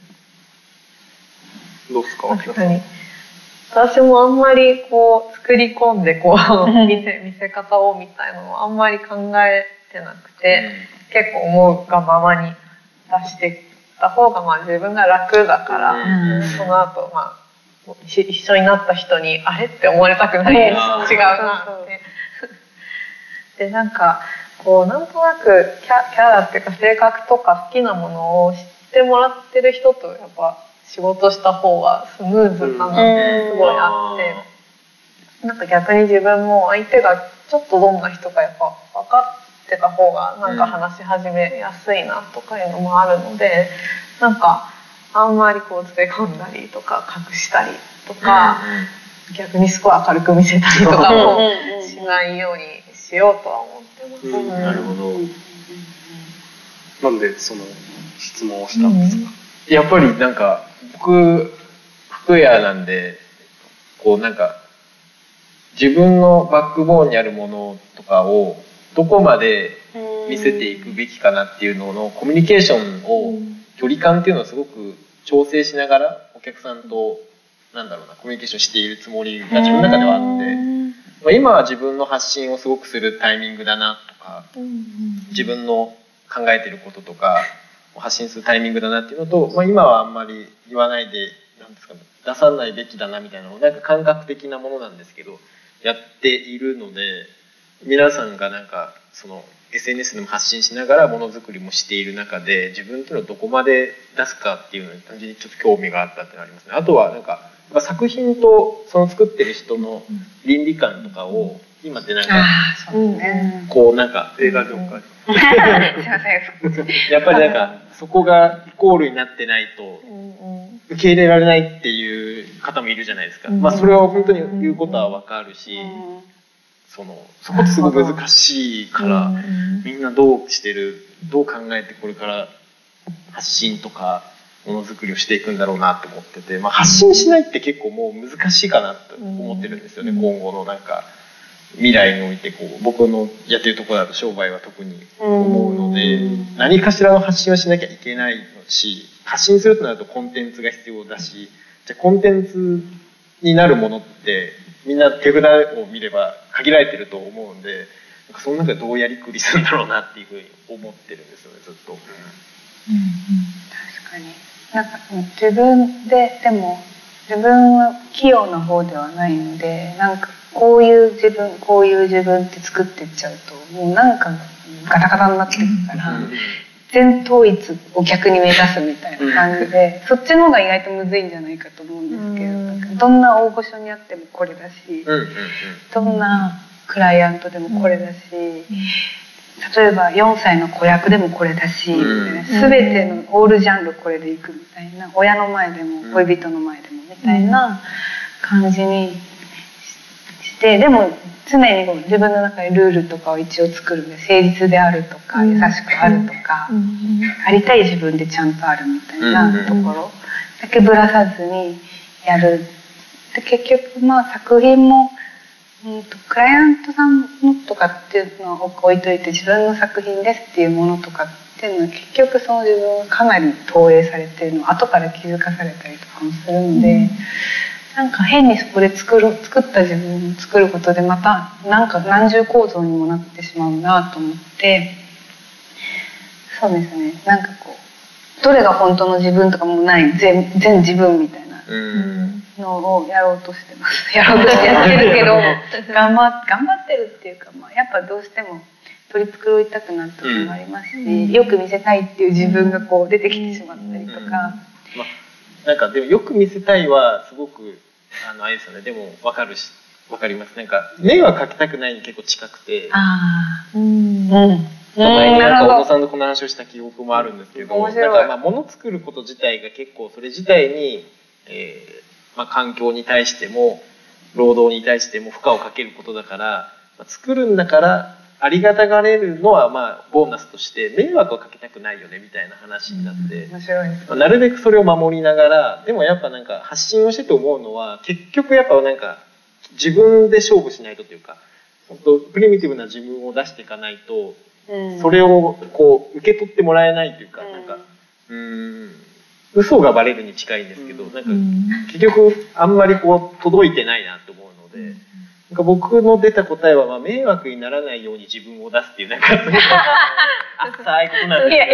どうですか？ 確かに。私もあんまりこう作り込んでこう見せ方をみたいなのをあんまり考えてなくて、結構思うがままに出してた方がまあ自分が楽だから、その後まあ一緒になった人にあれって思われたくない、違うなって。でなんかこうなんとなくキャラっていうか性格とか好きなものを知ってもらってる人とやっぱ仕事した方がスムーズかなってすごいあって、なんか逆に自分も相手がちょっとどんな人かやっぱ分かってた方がなんか話し始めやすいなとかいうのもあるので、なんかあんまりこう詰め込んだりとか隠したりとか、逆にすごい明るく見せたりとかもしないようにしようとは思ってます。 なるほど。 なんでその質問をしたんですか？ やっぱりなんか僕服屋なんで、こうなんか自分のバックボーンにあるものとかをどこまで見せていくべきかなっていうののコミュニケーションを、距離感っていうのをすごく調整しながらお客さんとなんだろうなコミュニケーションしているつもりが自分の中ではあって、今は自分の発信をすごくするタイミングだなとか、自分の考えてることとか発信するタイミングだなっていうのと、今はあんまり言わないでなんですかね、出さないべきだなみたいなのをなんか感覚的なものなんですけどやっているので、皆さんがなんかその SNS でも発信しながらものづくりもしている中で自分というのをどこまで出すかっていうのに単純にちょっと興味があったってのがありますね。あとはなんか作品とその作ってる人の倫理観とかを今ってなんかこうなんか映画業界やっぱりなんかそこがイコールになってないと受け入れられないっていう方もいるじゃないですか。それは本当に言うことは分かるし、そこってすごく難しいから、みんなどうしてる、どう考えてこれから発信とかものづくりをしていくんだろうなって思ってて、発信しないって結構もう難しいかなと思ってるんですよね。今後のなんか未来においてこう僕のやってるところだと商売は特に思うので、何かしらの発信をしなきゃいけないし、発信するとなるとコンテンツが必要だし、じゃあコンテンツになるものってみんな手札を見れば限られてると思うんで、なんかその中でどうやりくりするんだろうなっていうふうに思ってるんですよね、ずっと。 確かに。なんか自分で、でも自分は器用な方ではないので、なんかこういう自分って作ってっちゃうと、もうなんかガタガタになってくるから、全統一を逆に目指すみたいな感じで、そっちの方が意外とむずいんじゃないかと思うんですけど、なんかどんな大御所にあってもこれだし、どんなクライアントでもこれだし、例えば4歳の子役でもこれだし、全てのオールジャンルこれでいくみたいな、親の前でも恋人の前でもみたいな感じにして、でも常に自分の中でルールとかを一応作るんで、誠実であるとか優しくあるとか、ありたい自分でちゃんとあるみたいなところだけぶらさずにやる。で結局まあ作品もクライアントさんのとかっていうのを置いといて、自分の作品ですっていうものとかっていうのは結局その自分がかなり投影されているのを後から気づかされたりとかもするんで、なんか変にそこで作った自分を作ることでまたなんか何重構造にもなってしまうなと思って、そうですね、なんかこうどれが本当の自分とかもない全自分みたいなのをやろうとしてます。やろうとしてやってるけど頑張ってるっていうか、まあ、やっぱどうしても取り繕いたくなる時もありますし、よく見せたいっていう自分がこう出てきてしまったりとか。 なんかでもよく見せたいはすごくあれですよね。でも分かります。なんか迷惑かけたくないに結構近くて、前なんか小野さんとこの話をした記憶もあるんですけど、なんかまあ物作ること自体が結構それ自体に、まあ、環境に対しても労働に対しても負荷をかけることだから、まあ、作るんだからありがたがれるのはまあボーナスとして迷惑をかけたくないよねみたいな話になって、 面白いですね。 なるべくそれを守りながら、でもやっぱなんか発信をしてて思うのは、結局やっぱなんか自分で勝負しないとというか、本当プリミティブな自分を出していかないと、それをこう受け取ってもらえないというか、なんか嘘がバレるに近いんですけど、なんか結局あんまりこう届いてないなと思うので、なんか僕の出た答えは、まあ迷惑にならないように自分を出すっていう、なんか浅いことなんですけど。 いや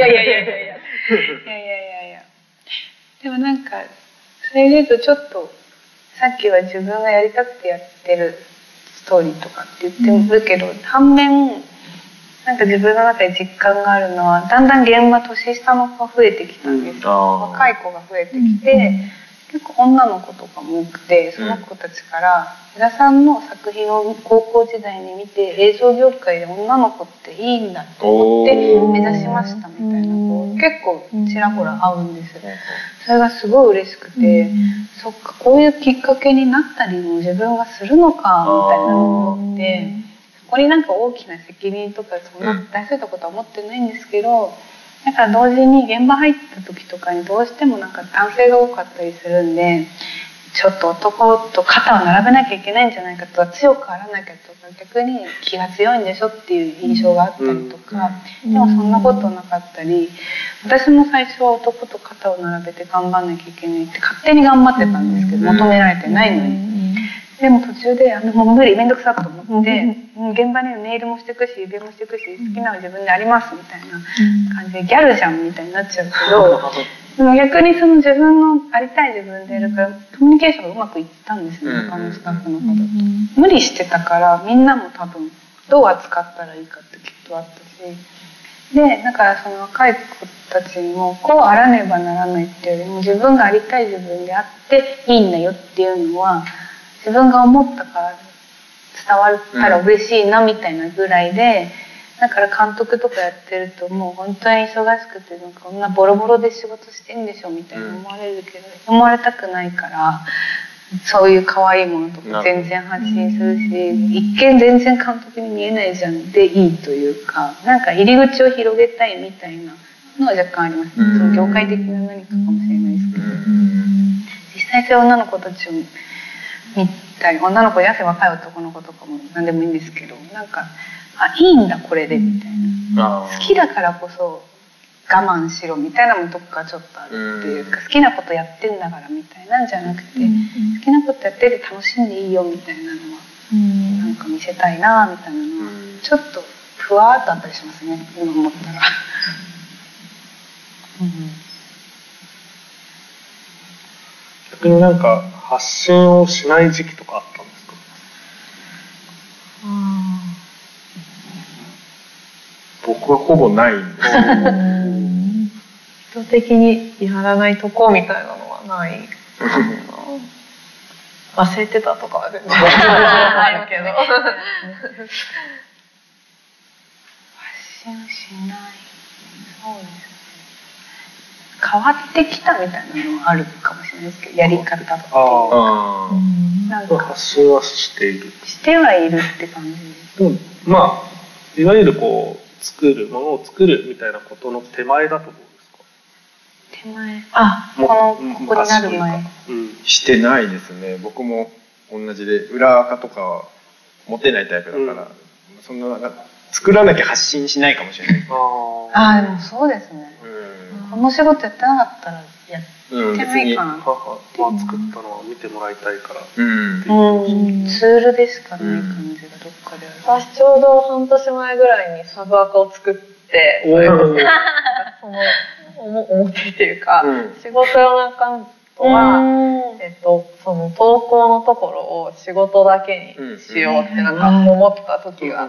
でもなんかそれで言うとちょっとさっきは自分がやりたくてやってるストーリーとかって言ってるけど、反面なんか自分の中で実感があるのは、だんだん現場年下の子が増えてきたんですよ。若い子が増えてきて、結構女の子とかも多くて、その子たちから江田さんの作品を高校時代に見て、映像業界で女の子っていいんだと思って目指しましたみたいな子結構ちらほら会うんですよ。それがすごい嬉しくて、そっかこういうきっかけになったりも自分がするのかみたいなのを思って、そこになんか大きな責任とかそんな大それたことは思ってないんですけど、だから同時に現場入った時とかにどうしてもなんか男性が多かったりするんで、ちょっと男と肩を並べなきゃいけないんじゃないかとか、強くあらなきゃとか、逆に気が強いんでしょっていう印象があったりとか、でもそんなことなかったり、私も最初は男と肩を並べて頑張んなきゃいけないって勝手に頑張ってたんですけど、求められてないのに。でも途中でもう無理、めんどくさと思って、現場にネイルもしていくし指輪もしていくし、好きなの自分でありますみたいな感じでギャルじゃんみたいになっちゃうけど、でも逆にその自分のありたい自分でやるからコミュニケーションがうまくいったんですね、他のスタッフの方と。無理してたからみんなも多分どう扱ったらいいかってきっとあったし、でだからその若い子たちにもこうあらねばならないっていうよりも、自分がありたい自分であっていいんだよっていうのは自分が思ったから伝わったら嬉しいなみたいなぐらいで、だから監督とかやってるともう本当に忙しくて、なんかこんなボロボロで仕事してんでしょみたいな思われるけど、思われたくないから、そういう可愛いものとか全然発信するし、一見全然監督に見えないじゃんでいいというか、なんか入り口を広げたいみたいなのは若干ありますね。その業界的な何かかもしれないですけど、実際そういう女の子たちを見たり、女の子やせ若い男の子とかも何でもいいんですけど、なんかいいんだこれでみたいな、好きだからこそ我慢しろみたいなのもどっかちょっとあるっていうか、好きなことやってんだからみたいなんじゃなくて、好きなことやってて楽しんでいいよみたいなのはなんか見せたいなみたいなのはちょっとふわーっとあったりしますね、今思ったら。 逆になんか発信をしない時期とかあったんですか？ 僕はほぼないんです意図的にやらないとこみたいなのはないかな。忘れてたとかは全然あるけど。 発信しない。そうですね。変わってきたみたいなのはあるかもしれないですけど、やり方とかっていうか。なんか発信はしている。 してはいるって感じです。 でもまあいわゆるこう作るものを作るみたいなことの手前だと思うんですか？ 手前。ここになる前。 してないですね。僕も同じで裏垢とかは持てないタイプだから、そんな作らなきゃ発信しないかもしれないですね。 でもそうですね。この仕事やってなかったらやってないかな。 作ったのは見てもらいたいから。ツールでしかない感じがどっかである。 私ちょうど半年前ぐらいにサブアカを作って、それこそ表っていうか、仕事の中とは、その投稿のところを仕事だけにしようってなんか思った時があって、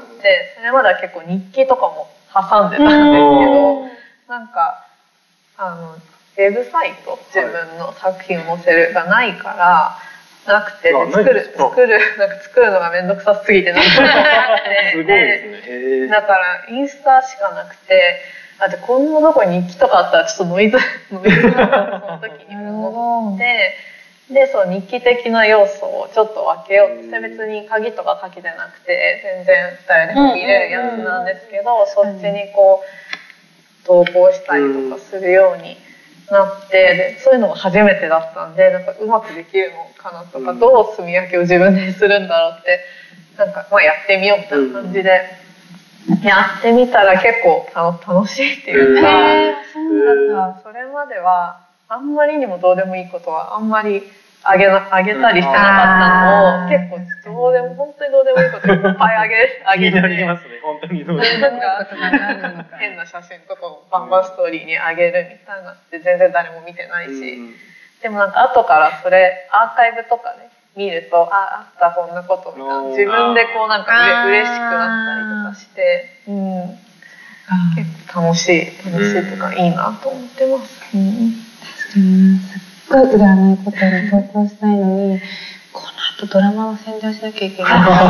それまでは結構日記とかも挟んでたんですけど、なんかウェブサイト、自分の作品を載せるがないからなくて、作るのがめんどくさすぎてなくてすごいですね。だからインスタしかなくて、でこんなとこに日記とかあったらちょっとノイズだなとその時に思って、でその日記的な要素をちょっと分けようって、別に鍵とか鍵でなくて全然誰でも見れるやつなんですけど、そっちにこう投稿したりとかするようになって、でそういうのも初めてだったんで、なんかうまくできるのかなとか、どう炭焼きを自分でするんだろうって、なんかやってみようみたいな感じでやってみたら結構楽しいっていうか、それまではあんまりにもどうでもいいことはあんまりあげたりしてなかったのを、結構どうでも本当にどうでもいいこといっぱいあげてますね、本当にどうでもいいなんか変な写真とかをバンバンストーリーにあげるみたいなって全然誰も見てないし、でもなんか後からそれアーカイブとかで見ると、あったこんなことみたいな、自分でこうなんか嬉しくなったりとかして、結構楽しいとかいいなと思ってます。 すっごい占いことに投稿したいのに、この後ドラマの宣伝しなきゃいけない。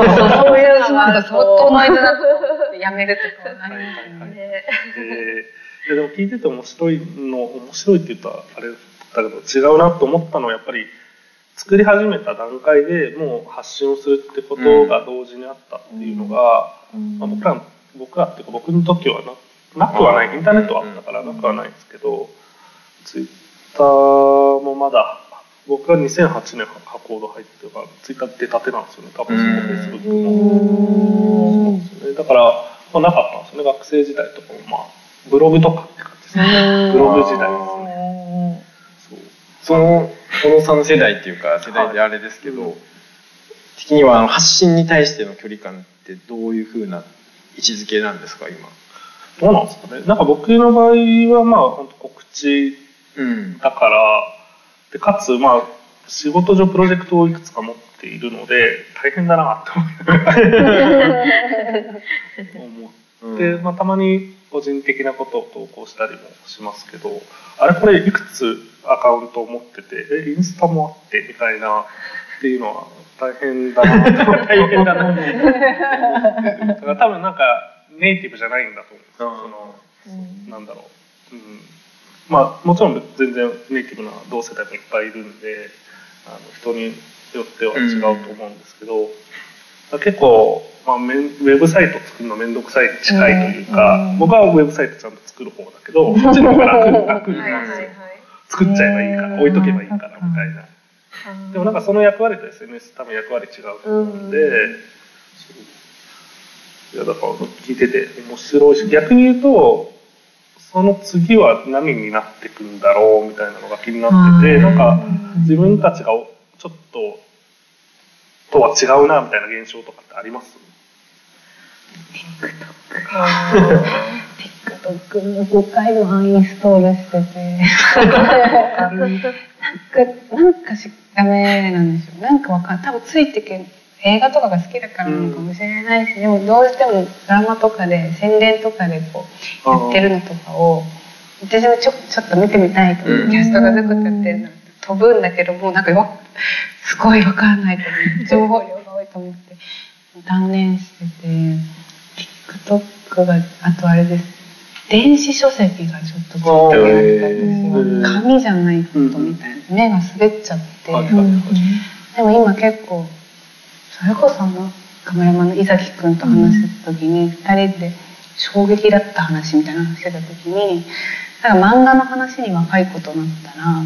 そういうのが相当ノイズだと思ってやめるとかなりますね。 でも聞いてて面白いって言ったらあれだけど、違うなと思ったのはやっぱり作り始めた段階でもう発信をするってことが同時にあったっていうのが、僕らっていうか僕の時はなくはない、インターネットはあったからなくはないんですけど、ツイッターもまだ僕が2008年ハコード入ってるからツイッター出たてなんですよね、多分そのフェイスブックも。だからなかったんですよね、学生時代とかもブログとかって感じですね。ブログ時代ですね。 この3世代っていうか世代であれですけど、的には発信に対しての距離感ってどういう風な位置づけなんですか今？ どうなんですかね。なんか僕の場合は本当告知だから、でかつ仕事上プロジェクトをいくつか持っているので大変だなと思って、たまに個人的なことを投稿したりもしますけど、あれこれいくつアカウントを持ってて、インスタもあってみたいなっていうのは大変だなと大変だなだから多分なんかネイティブじゃないんだと思うんですよ。なんだろう、もちろん全然ネイティブな同世代もいっぱいいるんで、人によっては違うと思うんですけど、結構、ウェブサイト作るのめんどくさいに近いというか、僕はウェブサイトちゃんと作る方だけど、そっちの方が楽になるんですよ。作っちゃえばいいから、置いとけばいいからみたいな。でもなんかその役割と SNS 多分役割違うと思うんで、いやだから聞いてて面白いし、逆に言うとその次は何になっていくんだろうみたいなのが気になってて、なんか自分たちがちょっとは違うなみたいな現象とかってあります？ TikTok も5回もアンインストールしててなんかダメなんですよ。なんか多分ついてけ映画とかが好きだからなのかもしれないし、でもどうしてもドラマとかで宣伝とかでこうやってるのとかを私もちょっと見てみたいと思って、キャストがずっとやってるの飛ぶんだけど、もうなんかすごい分かんないと思って情報量が多いと思って断念してて、 TikTok があとあれです、電子書籍がちょっとついてなかったんですよ。紙じゃないことみたいな、目が滑っちゃって、でも今結構それこそカメラマンの伊崎くんと話してた時に、2人で衝撃だった話みたいな話してた時に、なんか漫画の話に若い子となったら、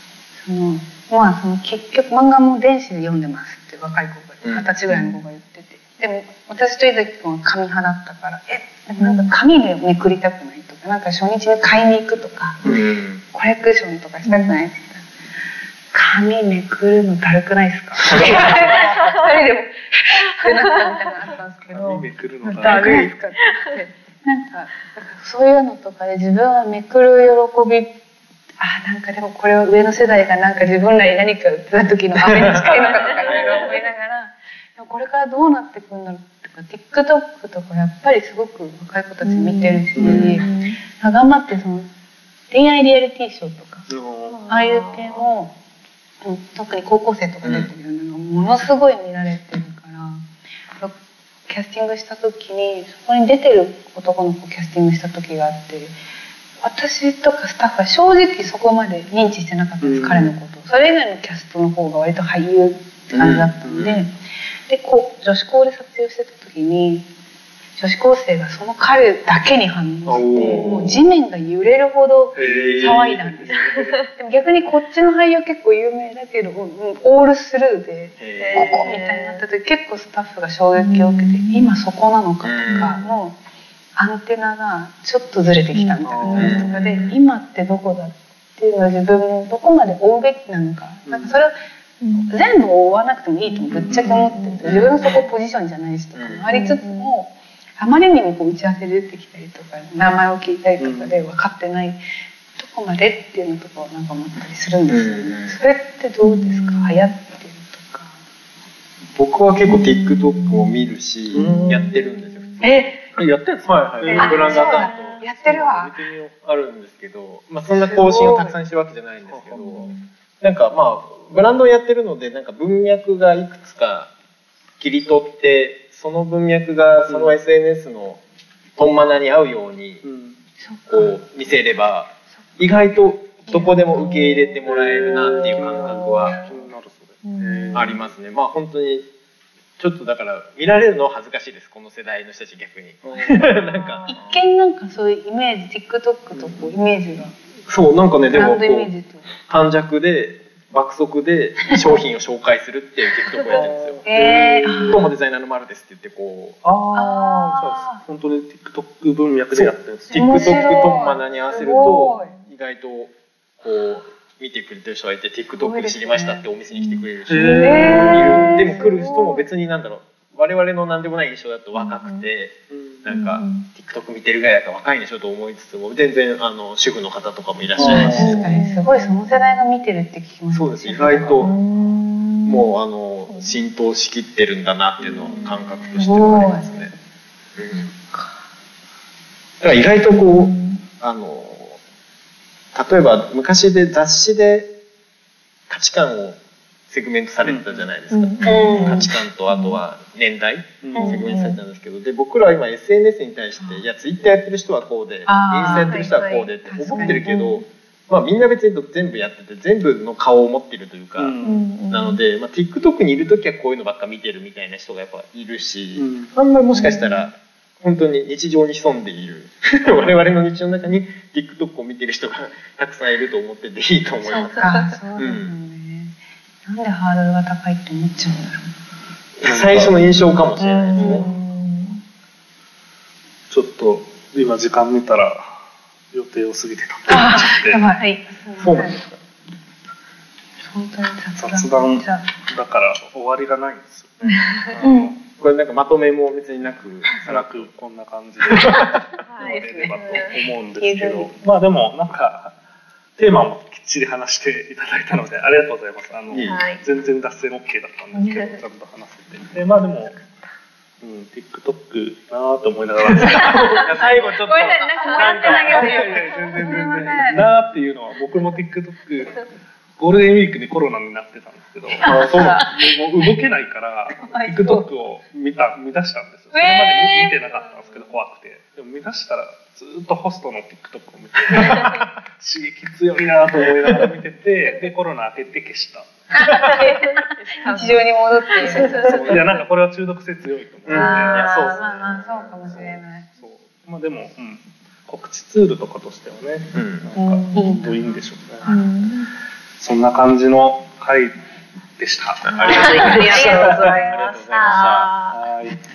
結局漫画も電子で読んでますって若い子が20歳ぐらいの子が言ってて、でも私と伊崎くんは紙派だったから、でもなんか紙でめくりたくないとか、なんか初日に買いに行くとか、コレクションとかしたくないって言ったら、紙めくるのだるくないですか？2人でもってなったみたいなのあったんですけど、 紙めくるのだるくないですかって言って、なんかそういうのとかで自分はめくる喜び、なんかでもこれは上の世代がなんか自分らに何か売ってた時の飴に近いのかとかいろいろ思いながら、でもこれからどうなっていくんだろうとか、TikTok とかやっぱりすごく若い子たち見てるし、頑張ってその恋愛リアリティショーとか、ああいう系も特に高校生とか出てるようなのがものすごい見られてるから、キャスティングした時にそこに出てる男の子をキャスティングした時があって、私とかスタッフは正直そこまで認知してなかったんです、彼のこと。それ以外のキャストの方が割と俳優って感じだったので、女子校で撮影してた時に女子高生がその彼だけに反応して、もう地面が揺れるほど騒いだんですよ。でも逆にこっちの俳優結構有名だけど、オールスルーでここみたいになった時結構スタッフが衝撃を受けて、今そこなのかとかのアンテナがちょっとずれてきたみたいな感じとかで、今ってどこだっていうのは自分もどこまで追うべきなのか、なんかそれを全部追わなくてもいいとぶっちゃけ思ってて、自分そこポジションじゃないしとかもありつつも、あまりにも打ち合わせで出てきたりとか名前を聞いたりとかで分かってないどこまでっていうのとかをなんか思ったりするんですよね。それってどうですか？流行ってるとか。 僕は結構 TikTok を見るし、やってるんですよ。 やってるんですか？ はい。ブランドアカウントやってるわ。 あるんですけど、そんな更新をたくさんしてるわけじゃないんですけど、なんかブランドをやってるので、なんか文脈がいくつか切り取って、その文脈がその SNS のトンマナに合うようにこう見せれば、意外とどこでも受け入れてもらえるなっていう感覚はありますね。本当にちょっとだから見られるのは恥ずかしいです、この世代の人たち逆に。なんか一見なんかそういうイメージ TikTok とこうイメージがそうなんかね、でもこう短尺で爆速で商品を紹介するっていう TikTok をやってるんですよ。どうもデザイナーの丸ですって言ってこう。 そう本当に TikTok 文脈でやってるんです。 TikTok とマナに合わせると意外とこう見てくれてる人がいて、 TikTok 知りましたってお店に来てくれる人がいる。でも来る人も別に我々の何でもない印象だと若くて、なんか TikTok 見てるぐらいだから若いんでしょと思いつつも、全然主婦の方とかもいらっしゃるし、 確かにすごいその世代が見てるって聞きますね。 そうです、意外ともう浸透しきってるんだなっていうのを感覚としてはありますね。だから意外とこう例えば昔で雑誌で価値観をセグメントされてたじゃないですか。価値観とあとは年代セグメントされてたんですけど、で僕らは今 SNS に対していや Twitter やってる人はこうでインスタやってる人はこうでって思ってるけど、みんな別に全部やってて全部の顔を持ってるというか、なので、TikTok にいる時はこういうのばっか見てるみたいな人がやっぱいるし、あんまりもしかしたら本当に日常に潜んでいる我々の日常の中に TikTok を見てる人がたくさんいると思ってていいと思います。 なんでハードルが高いって思っちゃうんだろう。 最初の印象かもしれないですね。 ちょっと今時間見たら予定を過ぎてたって思っちゃって。 やばい。 そうなんですか。 本当に雑談だから終わりがないんですよ。 これなんかまとめも別になく、 なくこんな感じで終われればと思うんですけど、まあでもなんかテーマもきっちり話していただいたのでありがとうございます。全然脱線 OK だったんですけど、ちゃんと話せて。でまあでも。TikTok なーって思いながら最後ちょっとごめんなさい、なんかもらって投げて全然なーっていうのは僕も TikTok ゴールデンウィークにコロナになってたんですけど、もう動けないから TikTok を見出したんですよ。それまで見てなかったんですけど怖くて、でも見出したらずっとホストの TikTok を見て刺激強いなと思いながら見てて、でコロナ明けて消した。 日常に戻って。 いやなんかこれは中毒性強いと思うので、 まあそうかもしれない。 まあでも、告知ツールとかとしてはね、なんかいいんでしょうね。そんな感じの回でした。 ありがとうございました。 はい。